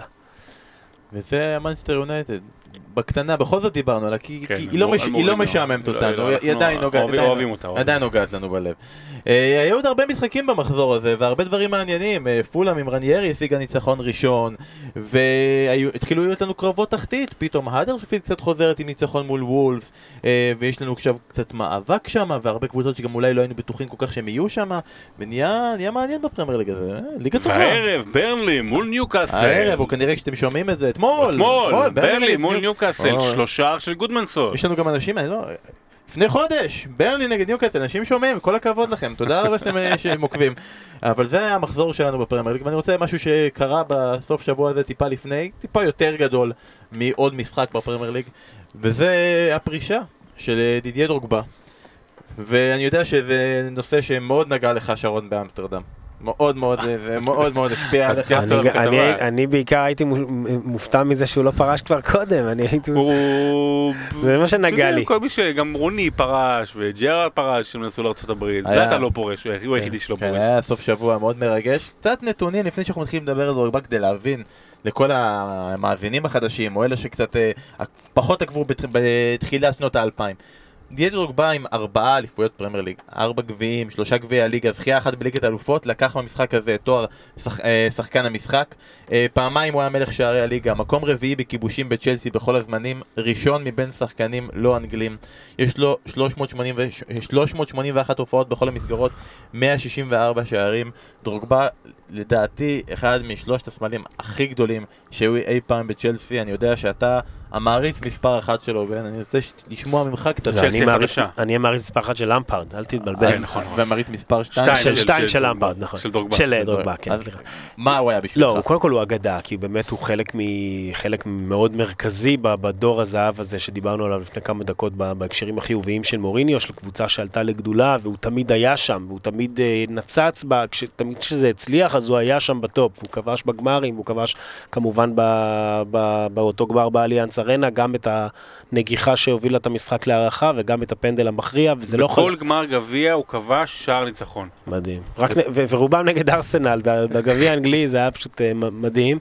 וזה מנצ'סטר יונייטד. בקטנה, בכל זאת דיברנו עליה, כי היא לא משעממת אותנו, היא עדיין נוגעת לנו בלב. היו עוד הרבה משחקים במחזור הזה, והרבה דברים מעניינים. פולאם עם רניירי השיגה ניצחון ראשון, והתחילו להיות לנו קרבות תחתית, פתאום האדרספילד קצת חוזרת עם ניצחון מול וולפס, ויש לנו עכשיו קצת מאבק שם, והרבה קבוצות שגם אולי לא היינו בטוחים כל כך שהם יהיו שם, ונהיה מעניין בפרמייר ליג הזה, ליגה טובה. והערב, ברנלי מול ניוקאסל. הערב, או כנראה שאתם שומעים את זה אתמול, ברנלי מול ניוקאסל, 3 של גודמנסון. יש לנו גם אנשים, לפני חודש, ברנלי נגד ניוקאסל, אנשים שומעים, כל הכבוד לכם, תודה רבה שאתם עוקבים. אבל זה המחזור שלנו בפרמייר ליג, ואני רוצה משהו שקרה בסוף שבוע הזה טיפה לפני, טיפה יותר גדול מעוד משחק בפרמייר ליג, וזה הפרישה של דידיה דרוגבה. ואני יודע שזה נושא שמאוד נגע לך, שרון, באמסטרדם. מאוד מאוד, זה מאוד מאוד השפיע אז עליך. כיף טוב בכתבה. אני בעיקר הייתי מופתע מזה שהוא לא פרש כבר קודם, אני הייתי... זה מה שנגע לי. כל מי גם רוני פרש וג'רארד פרש שהם נסעו לארצות הברית, זה אתה לא פורש, הוא היחידי שלא כן, פורש. היה סוף שבוע מאוד מרגש. קצת נתונים לפני שאנחנו מתחילים לדבר על דרוגבה כדי להבין לכל המאזינים החדשים, או אלה שקצת פחות עקבו בתחילת שנות ה-2000. דידייר דרוגבה עם 4 אליפויות פרמייר ליג, 4 גביעים, 3 גביעי הליגה, זכייה אחת בליגת האלופות, לקח במשחק הזה תואר שחקן המשחק, פעמיים הוא היה מלך שערי הליגה, מקום רביעי בכיבושים בצ'לסי בכל הזמנים, ראשון מבין שחקנים לא אנגלים, יש לו 381 הופעות בכל המסגרות, 164 שערים. דרוגבה לדעתי אחד משלושת הסמלים הכי גדולים שהיו אי פעם בצ'לסי. אני יודע שאתה המעריץ מספר 1 שלו, ואני רוצה לשמוע ממך קצת. צ'לסי חדשה. אני המעריץ מספר 1 של למפרד, אל תתבלבל. נכון. והמעריץ מספר 2 של 2 של למפרד, נכון. של דרוגבה. של דרוגבה, כן, סליחה. מה הוא היה בשבילך? לא, קודם כל הוא אגדה, כי באמת הוא חלק מאוד מרכזי בדור הזהב הזה שדיברנו עליו לפני כמה דקות בהקשרים החיוביים של מוריניו, של קבוצה שעלתה לגדולה, והוא תמיד היה שם, והוא תמיד נצץ בה, תמיד כשזה הצליח, אז הוא היה שם בטופ, הוא כבש בגמרים, הוא כבש כמובן באותו גמר באליאנס ארנה, גם את הנגיחה שהובילה את המשחק להערכה, וגם את הפנדל המכריע, וזה לא בכל גמר גביע הוא כבש שער ניצחון. מדהים. ורובם נגד ארסנל, בגביע האנגלי זה היה פשוט מדהים.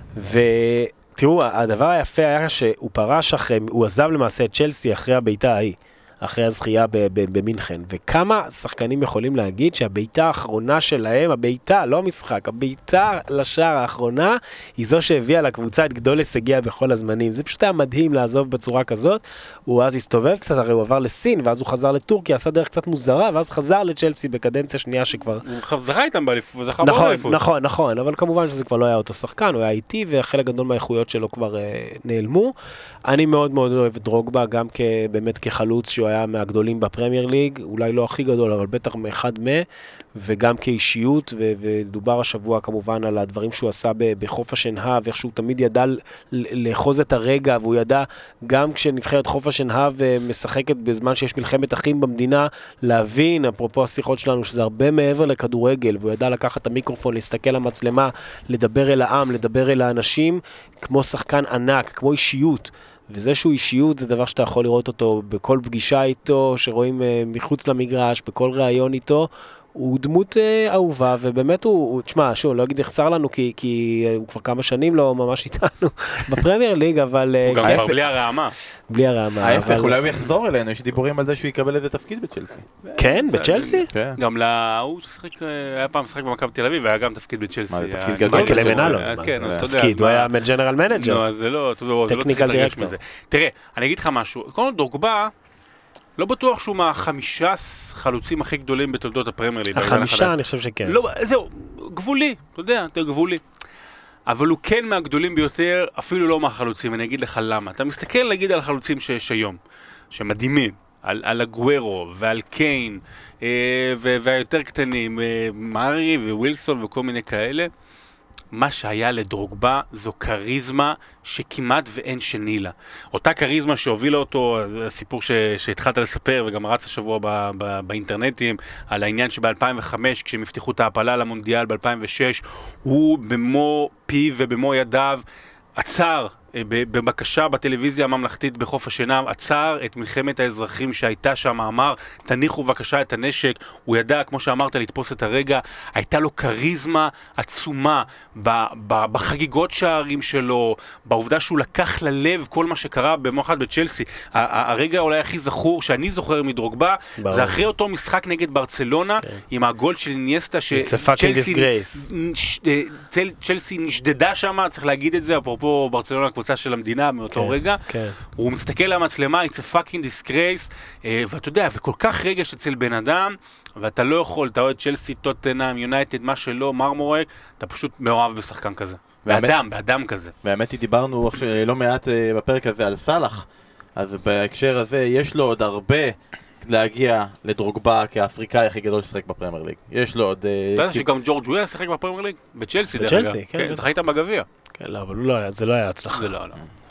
ותראו, הדבר היפה היה שהוא פרש אחרי, הוא עזב למעשה את צ'לסי אחרי הביתה ההיא. אחרי הזכייה במינכן, וכמה שחקנים יכולים להגיד שהביתה האחרונה שלהם, הביתה, לא המשחק, הביתה לשער האחרונה, היא זו שהביאה לקבוצה את גדול הישגיה בכל הזמנים. זה פשוט היה מדהים לעזוב בצורה כזאת. הוא אז הסתובב קצת, הרי הוא עבר לסין, ואז הוא חזר לטורקיה, עשה דרך קצת מוזרה, ואז חזר לצ'לסי בקדנציה שנייה שכבר... הוא זכה איתם באליפות, זכה בעוד אליפות. נכון, אבל כמובן שזה כבר לא היה אותו שחקן, הוא היה איטי, וחלק גדול מהאיכויות שלו כבר נעלמו. אני מאוד מאוד אוהב את דרוגבה, גם באמת כחלוץ שהוא היה מהגדולים בפרמייר ליג, אולי לא הכי גדול, אבל בטח מאחד וגם כאישיות, ודובר השבוע כמובן על הדברים שהוא עשה בחוף השנהב, איך שהוא תמיד ידע לאחוז את הרגע, והוא ידע גם כשנבחרת חוף השנהב משחקת בזמן שיש מלחמת אחים במדינה, להבין, אפרופו השיחות שלנו, שזה הרבה מעבר לכדורגל, והוא ידע לקחת את המיקרופון, להסתכל למצלמה, לדבר אל העם, לדבר אל האנשים, כמו שחקן ענק, כמו אישיות. וזה שהוא אישיות זה דבר שאתה יכול לראות אותו בכל פגישה איתו, שרואים מחוץ למגרש, בכל ראיון איתו, הוא דמות אהובה, ובאמת הוא, תשמע, שוב, לא אגיד יחסר לנו, כי הוא כבר כמה שנים לא ממש איתנו בפרמייר ליג, אבל... הוא גם כבר בלי הרעמה. בלי הרעמה. ההפך, אולי הוא יחזור אלינו, יש דיבורים על זה שהוא יקבל איזה תפקיד בצ'לסי. כן, בצ'לסי? גם הוא ששחק, היה פעם שחק במכבי תל אביב, והיה גם תפקיד בצ'לסי. תפקיד גדול. מייקל אמנלו. כן, אז אתה יודע. תפקיד, הוא היה ג'נרל מנג'ר. לא, אז זה לא צריך להתרגש מזה. תראה, אני אגיד לך משהו, קודם דרוגבה, לא בטוח שהוא מה5 חלוצים הכי גדולים בתולדות הפרמייר ליג. 5 אני חושב שכן. לא, זהו, גבולי, אתה יודע, גבולי. אבל הוא כן מהגדולים ביותר, אפילו לא מהחלוצים, אני אגיד לך למה. אתה מסתכל להגיד על החלוצים שיש היום, שמדהימים, על הגוורו ועל קיין, והיותר קטנים, מארי ווילסון וכל מיני כאלה. מה שהיה לדרוגבה זו קריזמה שכמעט ואין שני לה. אותה קריזמה שהובילה אותו, הסיפור שהתחלת לספר וגם רץ השבוע באינטרנטים, על העניין שב-2005 כשהם הפתחו את ההפלה למונדיאל ב-2006, הוא במו פיו ובמו ידיו עצר בבקשה בטלוויזיה הממלכתית בחוף השנהב, עצר את מלחמת האזרחים שהייתה שם, אמר, תניחו בבקשה את הנשק, הוא ידע, כמו שאמרת, לתפוס את הרגע, הייתה לו קריזמה עצומה בחגיגות שערים שלו, בעובדה שהוא לקח ללב כל מה שקרה במוחד בצ'לסי. הרגע אולי הכי זכור, שאני זוכר מדרוגבה, זה אחרי אותו משחק נגד ברצלונה, עם הגול של אינייסטה, שצ'לסי נשדדה שם, צריך להגיד את זה, אפרופו ברצלונה הקבוצה של המדינה מאותו רגע, הוא מסתכל למצלמה, it's a fucking disgrace, ואתה יודע, וכל כך רגש אצל בן אדם, ואתה לא יכול, אתה אוהד צ'לסי, טוטנהאם, יונייטד, מה שלא, מרמורק, אתה פשוט מאוהב בשחקן כזה. באדם כזה. באמת דיברנו לא מעט בפרק הזה על סלאח, אז בהקשר הזה יש לו עוד הרבה להגיע לדרוגבה כאפריקאי הכי גדול ששחק בפרמייר ליג. יש לו עוד... אתה יודע שגם ג'ורג' וויה שחק בפרמייר ליג? בצ'לסי דרך אגב. בצ'לסי, כן. שחק איתם בגביע. כן, לא, אבל זה לא היה הצלחה. זה לא.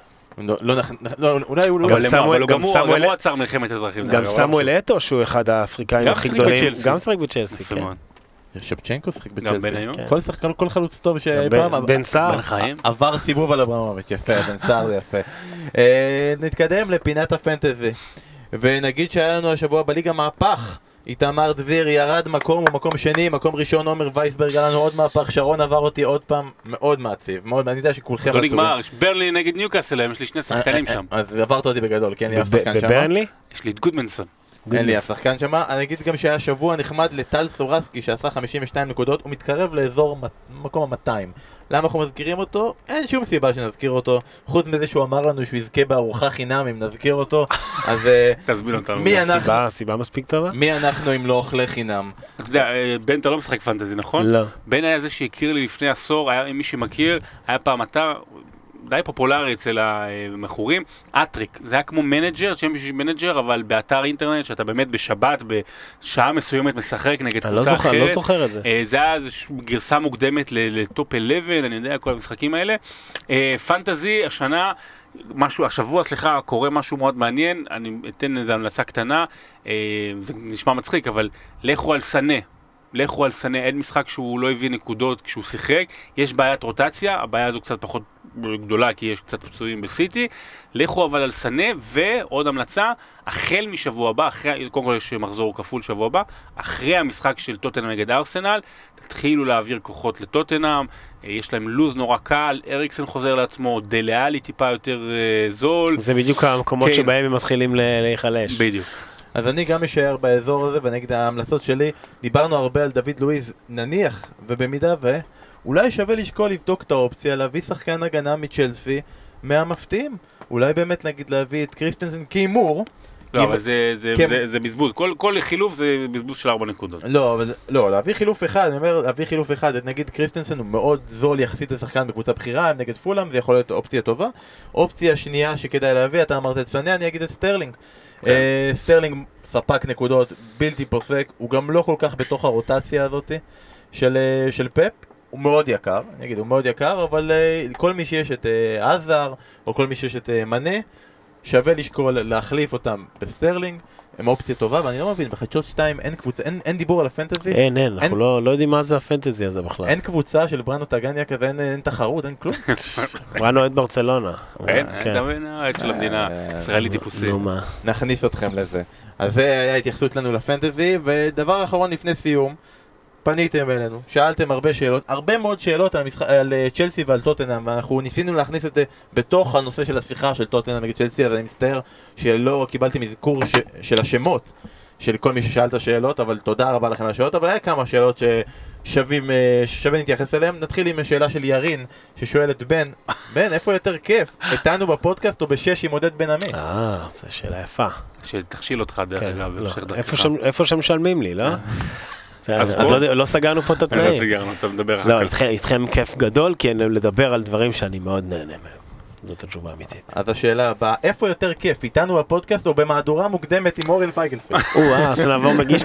אולי הוא לא... אבל גם הוא עצר מלחמת אזרחים. גם סמואל אתו שהוא אחד האפריקאים הכי גדולים. גם שחק בצ'לסי, כן. שבצ'נקו שחק גם בצ'לסי. בניון. כל שחקן, כל חלוץ טוב שפעם בן סער. בן חיים. עבר סיבוב על אברמוביץ', יפה, בן סער זה יפה. נתקדם לפינת הפנטזי, ונגיד שהיה לנו השבוע בליגה מהפך. איתמר דביר ירד מקום, הוא מקום שני, מקום ראשון עומר וייסברג, היה לנו עוד מהפך, שרון עבר אותי עוד פעם, מאוד מעציב, מאוד, אני יודע שכולכם... לא נגמר, ברלי נגד ניוקאסל, יש לי שני שחקנים שם. אז עברת אותי בגדול, כי אין לי אף שחקן שם. בברנלי? יש לי את גודמנסון. אין לי אף שחקן שם. אני אגיד גם שהיה שבוע נחמד לטל סורסקי שעשה 52 נקודות, הוא מתקרב לאזור מקום ה-200. למה אנחנו מזכירים אותו? אין שום סיבה שנזכיר אותו, חוץ מזה שהוא אמר לנו שהוא יזכה בארוחה חינם אם נזכיר אותו. אז תזמין אותנו. סיבה מספיק טובה? מי אנחנו אם לא אוכלי חינם? אתה יודע, בן אתה לא משחק פנטזי, נכון? לא. בן היה זה שהכיר לי לפני עשור, היה מי שמכיר, היה פעם אתר די פופולרי אצל המכורים, אטריק, זה היה כמו מנג'ר, שם בשביל מנג'ר, אבל באתר אינטרנט, שאתה באמת בשבת, בשעה מסוימת משחק נגד קבוצה אחרת. אני לא זוכר את זה. זה היה איזושהי גרסה מוקדמת לטופ 11, אני יודע, כל המשחקים האלה. פנטזי, השבוע, קורה משהו מאוד מעניין, אני אתן איזו המלצה קטנה, זה נשמע מצחיק, אבל לכו על סנה, אין משחק שהוא לא הביא נקודות כשהוא שיחק, יש בעיית רוטציה, הבעיה הזו קצת פחות גדולה כי יש קצת פצועים בסיטי, לכו אבל על סנה, ועוד המלצה, החל משבוע הבא, קודם כל יש מחזור כפול שבוע הבא, אחרי המשחק של טוטנהאם נגד ארסנל, תתחילו להעביר כוחות לטוטנהאם, יש להם לוז נורא קל, אריקסן חוזר לעצמו, דלאלי טיפה יותר זול. זה בדיוק המקומות שבהם הם מתחילים להיחלש. בדיוק. אז אני גם אשאר באזור הזה, ונגד ההמלצות שלי, דיברנו הרבה על דוד לואיז, נניח, ובמידה אולי שווה לשקול לבדוק את האופציה, להביא שחקן הגנה מצ'לסי מהמפתיעים. אולי באמת נגיד להביא את קריסטנסן כהימור. לא, אבל זה בזבוז. כל חילוף זה בזבוז של 4 נקודות. לא, להביא חילוף אחד, אני אומר, להביא חילוף אחד, נגיד קריסטנסן הוא מאוד זול יחסית לשחקן בקבוצה בחירה, נגד פולאם, זה יכול להיות אופציה טובה. אופציה שנייה שכדאי להביא, אתה אמרת את סניה, אני אגיד את סטרלינג. סטרלינג ספק נקודות בלתי פוסק, הוא גם לא כל כך בתוך הרוטציה הזאת של פפ. הוא מאוד יקר, אני אגיד, הוא מאוד יקר, אבל כל מי שיש את עזר, או כל מי שיש את מנה, שווה לשקול להחליף אותם בסטרלינג, הם אופציה טובה, ואני לא מבין, בחדשות 2 אין קבוצה, אין דיבור על הפנטזי? אין, אנחנו לא יודעים מה זה הפנטזי הזה בכלל. אין קבוצה של ברנו טגניה כזה, אין תחרות, אין כלום. ברנו את ברצלונה. אין, אתה מבין, העד של המדינה, ישראלי טיפוסי. נכניס אתכם לזה. אז זה היה התייחסות לנו לפנטזי, ודבר אחרון לפני סיום, פניתם אלינו, שאלתם הרבה שאלות, הרבה מאוד שאלות על צ'לסי ועל טוטנהאם, ואנחנו ניסינו להכניס את זה בתוך הנושא של השיחה של טוטנהאם נגד צ'לסי, אז אני מצטער שלא קיבלתי מזכור של השמות של כל מי ששאל את השאלות, אבל תודה רבה לכם על השאלות, אבל היה כמה שאלות ששווה להתייחס אליהם. נתחיל עם השאלה של ירין, ששואלת בן, איפה יותר כיף? איתנו בפודקאסט או בשש עם עודד בן עמי? זו שאלה יפה. שתכשיל אותך דרך אגב. איפה שמשלמים לי, לא? לא סגרנו פה את התנאים. לא סגרנו, אתה מדבר אחר כך. לא, איתכם כיף גדול, כי אני לדבר על דברים שאני מאוד נהנה מהם. זאת התשובה האמיתית. אז השאלה הבאה, איפה יותר כיף? איתנו בפודקאסט או במהדורה מוקדמת עם אורן פייגלפלד? אז נעבור מגיש.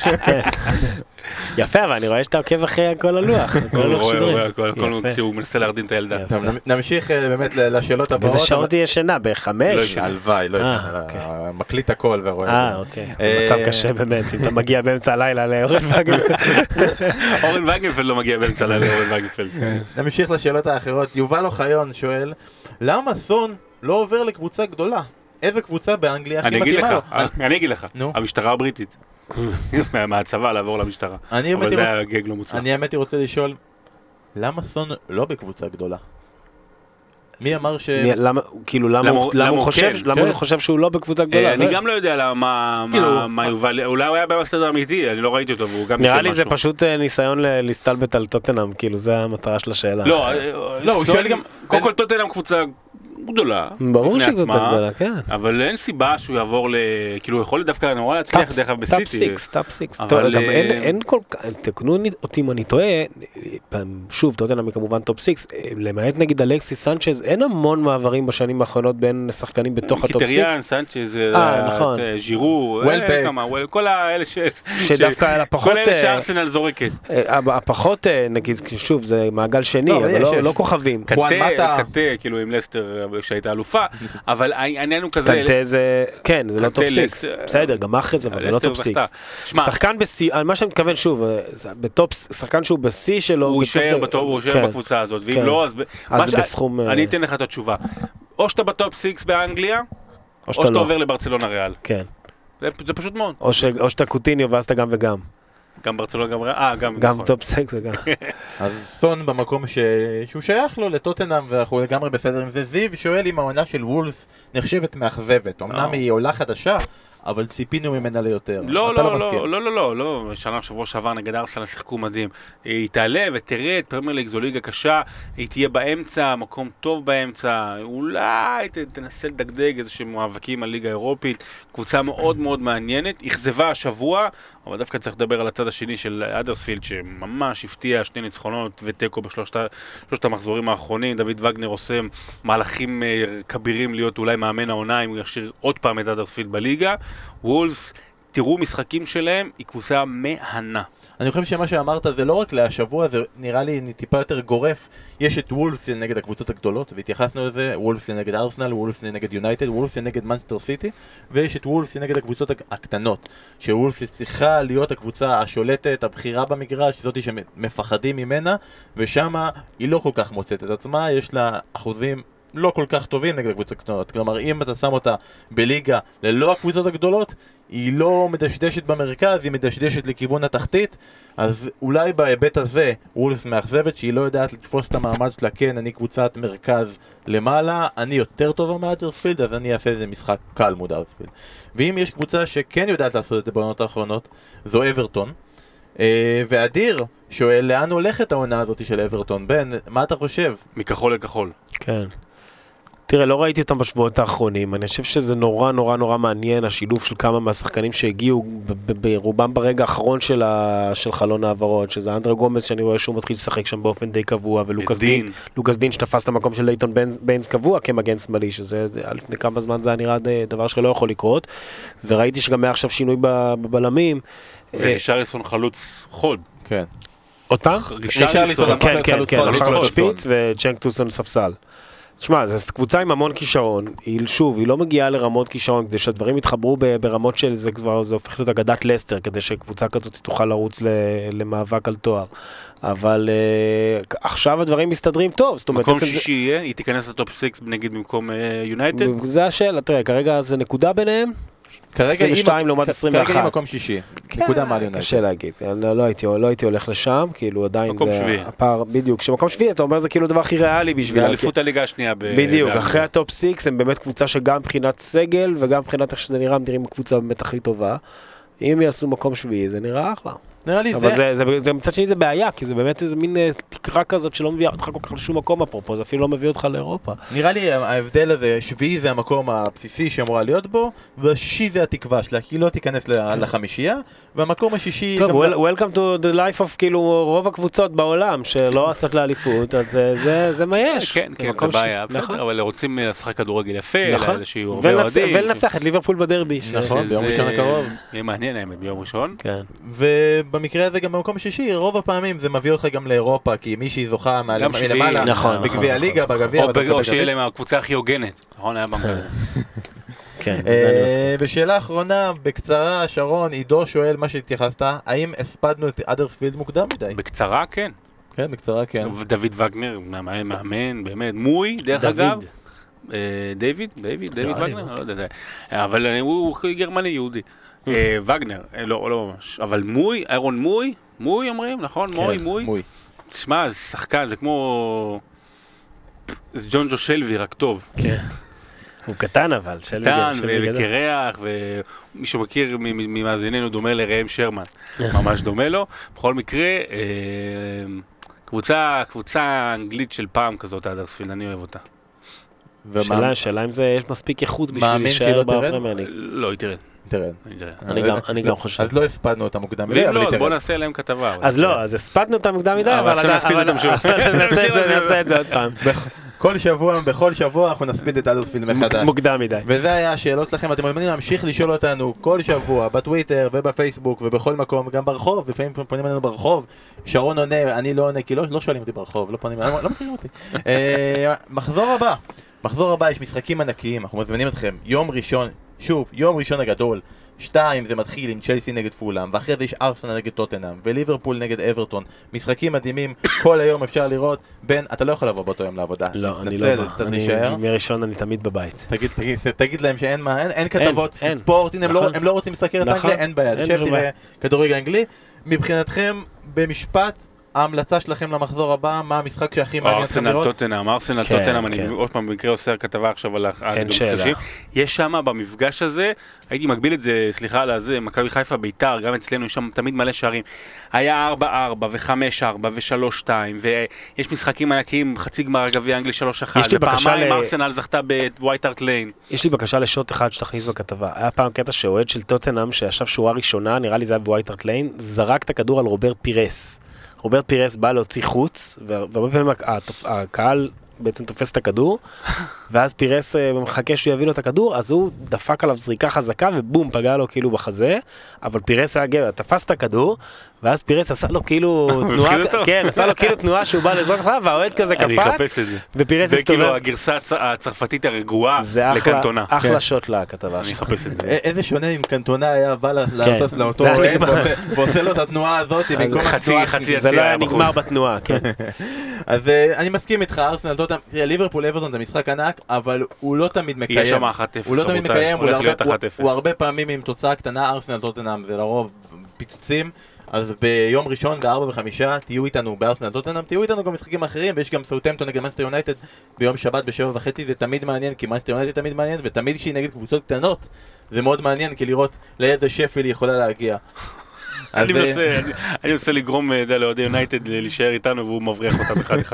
יפה, אבל אני רואה שאתה עוקב אחרי כל הלוח. רואה הכל, כשהוא מנסה להרדים את הילדה. נמשיך באמת לשאלות הבאות. באיזה שעות תהיה שינה? ב-5? הלוואי, לא ישנה. מקליט הכל ורואה. אוקיי. זה מצב קשה באמת, אם אתה מגיע באמצע הלילה לאורן פייגלפלד. אורן פייגלפלד לא מגיע באמצע הלילה לאורן פייגלפלד. נמשיך לשאלות האחרות. יובל אוחיון שואל, למה סון לא עובר לקבוצה גדולה? איזה קבוצה באנגליה הכי מתאימה לו? אני אגיד לך, המשטרה הבריטית. מהצבא לעבור למשטרה. אבל זה היה גג לא מוצלח. אני האמת רוצה לשאול, למה סון לא בקבוצה גדולה? מי אמר ש... למה הוא חושב שהוא לא בקבוצה גדולה? אני גם לא יודע מה יובל, אולי הוא היה במסדר אמיתי, אני לא ראיתי אותו והוא גם... נראה לי זה פשוט ניסיון להסתלבט על טוטנהאם, כאילו זה המטרה של השאלה. לא, הוא שואל גם, קודם כל טוטנהאם קבוצה גדולה. ברור שהיא קבוצה גדולה, כן. אבל אין סיבה שהוא יעבור כאילו הוא יכול דווקא נורא להצליח דרך כלל בסיטי. טאפ סיקס. גם אין כל כך, תקנו אותי אם אני טועה, שוב, טוטנהאם כמובן טופ סיקס, למעט נגיד אלכסיס סנצ'ז, אין המון מעברים בשנים האחרונות בין שחקנים בתוך הטופ סיקס. קיטריאן, סנצ'ז, ז'ירו, כל האלה שדווקא הפחות... כל אלה שארסנל זורקת. הפחות, נגיד, שוב, זה מעגל שני, אבל לא כוכבים. קטה, כאילו עם לסטר שהייתה אלופה, אבל העניין הוא כזה... קנטה זה, כן, זה לא טופ קנטה, סיקס, בסדר, גם אחרי זה, אבל זה לא טופ סיקס. שחקן בשיא, על מה שאני מתכוון שוב, שחקן שהוא בשיא שלו, הוא יישאר בקבוצה הזאת, ואם לא, אז בסכום... אני אתן לך את התשובה. או שאתה בטופ סיקס באנגליה, או שאתה עובר לברצלונה ריאל. כן. זה פשוט מאוד. או שאתה קוטיניו ואז אתה גם וגם. גם ברצלונה, גם ריאל, גם טופ סיקס וגם. אז סון במקום שהוא שייך לו לטוטנהאם, ואנחנו לגמרי בסדר עם זה. זיו שואל אם העונה של וולס נחשבת מאכזבת. אמנם היא עולה חדשה, אבל ציפינו ממנה ליותר. לא, שנה שבוע שעבר נגד ארסנל שיחקו מדהים. היא תעלה ותרד, פרמייר ליג זו ליגה קשה, היא תהיה באמצע, מקום טוב באמצע, אולי תנסה לדגדג איזה שהם מאבקים על ליגה אירופית, קבוצה מאוד מאוד מעניינת, אכזבה השבוע, אבל דווקא צריך לדבר על הצד השני של אדרספילד, שממש הפתיע 2 ניצחונות וטקו בשלושת המחזורים האחרונים. דוד וגנר עושה מהלכים כבירים להיות אולי מאמן העונה, אם הוא ישאיר עוד פעם את אדרספילד בליגה. וולס, תראו משחקים שלהם, היא קבוצה מהנה. אני חושב שמה שאמרת זה לא רק להשבוע, זה נראה לי טיפה יותר גורף. יש את וולס נגד הקבוצות הגדולות, והתייחסנו לזה, וולס נגד ארסנל, וולס נגד יונייטד, וולס נגד מנצ'סטר סיטי, ויש את וולס נגד הקבוצות הקטנות, שוולס צריכה להיות הקבוצה השולטת, הבחירה במגרש, זאת שמפחדים ממנה, ושם היא לא כל כך מוצאת את עצמה, יש לה אחוזים לא כל כך טובים נגד הקבוצות הקטנות. כלומר, אם אתה שם אותה בליגה ללא הקבוצות הגדולות, היא לא מדשדשת במרכז, היא מדשדשת לכיוון התחתית. אז אולי בהיבט הזה וולס מאכזבת שהיא לא יודעת לתפוס את המעמד שלה. כן, אני קבוצת מרכז למעלה, אני יותר טובה מאדרספילד, אז אני אעשה איזה משחק קל מול אדרספילד. ואם יש קבוצה שכן יודעת לעשות את זה בעונות האחרונות, זו אברטון. ואדיר שואל לאן הולכת העונה הזאת של אברטון. בן, מה אתה חושב? מכחול לכחול. כן. תראה, לא ראיתי אותם בשבועות האחרונים, אני חושב שזה נורא נורא נורא מעניין, השילוב של כמה מהשחקנים שהגיעו ברובם ברגע האחרון של חלון העברות, שזה אנדרה גומס שאני רואה שהוא מתחיל לשחק שם באופן די קבוע, ולוקאס דין שתפס את המקום של לייטון ביינס קבוע כמגן שמאלי, שזה לפני כמה זמן זה היה נראה דבר שלא יכול לקרות, וראיתי שגם היה עכשיו שינוי בבלמים. ורישרליסון חלוץ חוד. כן. עוד פעם? רישרליסון חלוץ שפיץ וצ'נקטוסון ספסל. תשמע, זו קבוצה עם המון כישרון, היא לא מגיעה לרמות כישרון, כדי שהדברים יתחברו ברמות של זה כבר, זה הופך להיות אגדת לסטר, כדי שקבוצה כזאת תוכל לרוץ למאבק על תואר. אבל עכשיו הדברים מסתדרים טוב. מקום שישי יהיה, היא תיכנס לטופ 6 נגיד במקום יונייטד? זה השאלה, תראה, כרגע זה נקודה ביניהם, 22 לעומת 21. כרגע היא מקום שישי, נקודה מעל יונייטד. קשה להגיד, לא הייתי הולך לשם, כאילו עדיין זה הפער, בדיוק, שמקום שביעי, אתה אומר זה כאילו הדבר הכי ריאלי בשביל... ואליפות הליגה השנייה. בדיוק, אחרי הטופ 6 הם באמת קבוצה שגם מבחינת סגל וגם מבחינת איך שזה נראה, הם נראים קבוצה באמת הכי טובה. אם יעשו מקום שביעי, זה נראה אחלה. אבל זה מצד שני זה בעיה, כי זה באמת איזה מין תקרה כזאת שלא מביאה אותך כל כך לשום מקום אפרופו, זה אפילו לא מביא אותך לאירופה. נראה לי ההבדל הזה, שביעי זה המקום הבסיסי שאמורה להיות בו, והשישי זה התקווה שלה, כי היא לא תיכנס לחמישייה, והמקום השישי... טוב, welcome to the life of כאילו רוב הקבוצות בעולם שלא רצות לאליפות, אז זה מה יש. כן, זה בעיה, בסדר, אבל רוצים לשחק כדורגל יפה, ולנצח את ליברפול בדרבי. נכון, ביום ראשון הקרוב. יהיה מעניין האמת ביום ראשון. במקרה הזה גם במקום שישי, רוב הפעמים זה מביא אותך גם לאירופה, כי מישהי זוכה מלמעלה, בגביע הליגה, בגביע... או שיהיה להם הקבוצה הכי הוגנת, נכון? היה במקרה. כן, זה אני מסכים. בשאלה האחרונה, בקצרה, שרון, עידו שואל מה שהתייחסת, האם הספדנו את אדרספילד מוקדם מדי? בקצרה, כן. כן, בקצרה, כן. דוד וגנר, מאמן, באמת, מוי, דרך אגב. דיוויד וגנר? לא יודע, אבל הוא גרמני יהודי. וגנר, לא ממש, אבל מוי, איירון מוי אומרים, נכון? מוי. תשמע, זה שחקן, זה כמו... זה ג'ון ג'ו שלוי, רק טוב. כן. הוא קטן אבל, קטן וקרח, ומי שמכיר ממאזיננו דומה לראם שרמן, ממש דומה לו. בכל מקרה, קבוצה אנגלית של פעם כזאת, אדרספילד, אני אוהב אותה. שאלה אם זה יש מספיק איכות בשביל להישאר בפרמייר ליג. לא, היא תרד. אני גם חושב. אז לא הספדנו אותם מוקדם מדי, ואם לא, אז בוא נעשה להם כתבה. אז לא, אז הספדנו אותם מוקדם מדי, אבל נעשה את זה עוד פעם. בכל שבוע אנחנו נספיד את אדרספילד מחדש. מוקדם מדי. וזה היה השאלות לכם, אתם מוזמנים להמשיך לשאול אותנו כל שבוע, בטוויטר ובפייסבוק ובכל מקום, גם ברחוב, לפעמים פונים אלינו ברחוב, שרון עונה, אני לא עונה, כי לא שואלים אותי ברחוב, לא מכירים אותי. מחזור הבא, מחזור הבא יש משחקים ענקיים, אנחנו מזמינים אתכם, יום ראשון, שוב, יום ראשון הגדול, 2 זה מתחיל עם צ'לסי נגד פולאם, ואחרי זה יש ארסנל נגד טוטנהאם, וליברפול נגד אברטון, משחקים מדהימים, כל היום אפשר לראות, אתה לא יכול לבוא באותו יום לעבודה. לא, אני לא בא, מראשון אני תמיד בבית. תגיד להם שאין מה, אין כתבות ספורט, הנה הם לא רוצים לסקר את האנגליה, אין בעיה, שב תראה כדורגל אנגלי. מבחינתכם, במשפט, ההמלצה שלכם למחזור הבא, מה המשחק שהכי מעניין אתכם לראות? ארסנל טוטנהאם, אני עוד פעם במקרה עושה כתבה עכשיו על הגדול. יש שם במפגש הזה, הייתי מגביל את זה, סליחה על זה, מכבי חיפה ביתר, גם אצלנו יש שם תמיד מלא שערים. היה 4-4 ו-5-4 ו-3-2, ויש משחקים ענקיים, חצי גמר הגביע האנגלי 3-1, ופעמיים ארסנל זכתה בווייט הארט ליין. יש לי בקשה לשוט אחד שתכניס בכתבה. היה פעם קטע שאוהד של טוטנהאם, שישב שורה ראשונה, נראה לי זה היה בווייט הארט ליין, זרק את הכדור על רוברט פירס. רוברט פירס בא להוציא חוץ, והרבה פעמים הקהל בעצם תופס את הכדור, ואז פירס מחכה שהוא יביא לו את הכדור, אז הוא דפק עליו זריקה חזקה, ובום, פגע לו כאילו בחזה, אבל פירס היה גבר, תפס את הכדור, ואז פירס עשה לו כאילו תנועה, כן, עשה לו כאילו תנועה שהוא בא לזרוק לך, והאוהד כזה קפץ, ופירס הסתובב. זה כאילו הגרסה הצרפתית הרגועה לקנטונה. זה אחלה שוט לכתבה. אני אחפש את זה. איזה שונה אם קנטונה היה בא לאותו אוהד, ועושה לו את התנועה הזאת, חצי זה לא היה נגמר בתנועה, כן. אז אני מסכים איתך, ארסנל טוטנהאם, ליברפול אברטון זה משחק ענק, אבל הוא לא תמיד מקיים. יש שם 1-0, הוא לא תמיד מקיים, הוא הרבה 1-0. פעמים עם תוצאה קטנה, ארסנל טוטנהאם זה לרוב פיצוצים, אז ביום ראשון ב-4:05 תהיו איתנו בארסנל טוטנהאם, תהיו איתנו גם משחקים אחרים, ויש גם סאות'המפטון נגד מנצ'סטר יונייטד ביום שבת ב-7:30, זה תמיד מעניין, כי מנצ'סטר יונייטד תמיד מעניין, ותמיד כשהיא נגד קבוצות קטנות, זה מאוד מעניין, כי לראות לאיזה שפל היא יכולה להגיע. אני מנסה לגרום לאוהדי יונייטד להישאר איתנו והוא מבריח אותם אחד.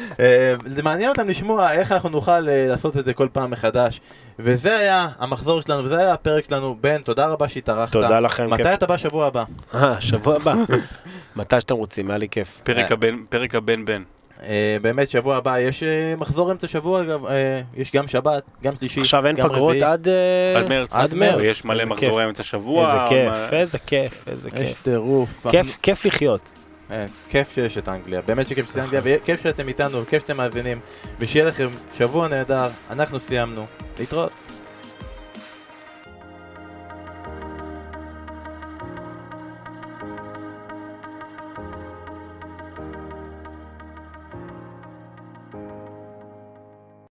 זה מעניין אותם לשמוע איך אנחנו נוכל לעשות את זה כל פעם מחדש. וזה היה המחזור שלנו, וזה היה הפרק שלנו. בן, תודה רבה שהתארחת. תודה לכם. מתי אתה בא שבוע הבא? שבוע הבא. מתי שאתם רוצים, היה לי כיף. פרק הבן. באמת שבוע הבא יש מחזור אמצע שבוע, יש גם שבת, גם שלישי, עכשיו אין פגרות עד מרץ. ויש מלא מחזורי אמצע שבוע. איזה כיף. יש טירוף. כיף לחיות. כיף שיש את אנגליה, באמת שכיף שיש את אנגליה, וכיף שאתם איתנו, וכיף שאתם מאזינים, ושיהיה לכם שבוע נהדר, אנחנו סיימנו, להתראות.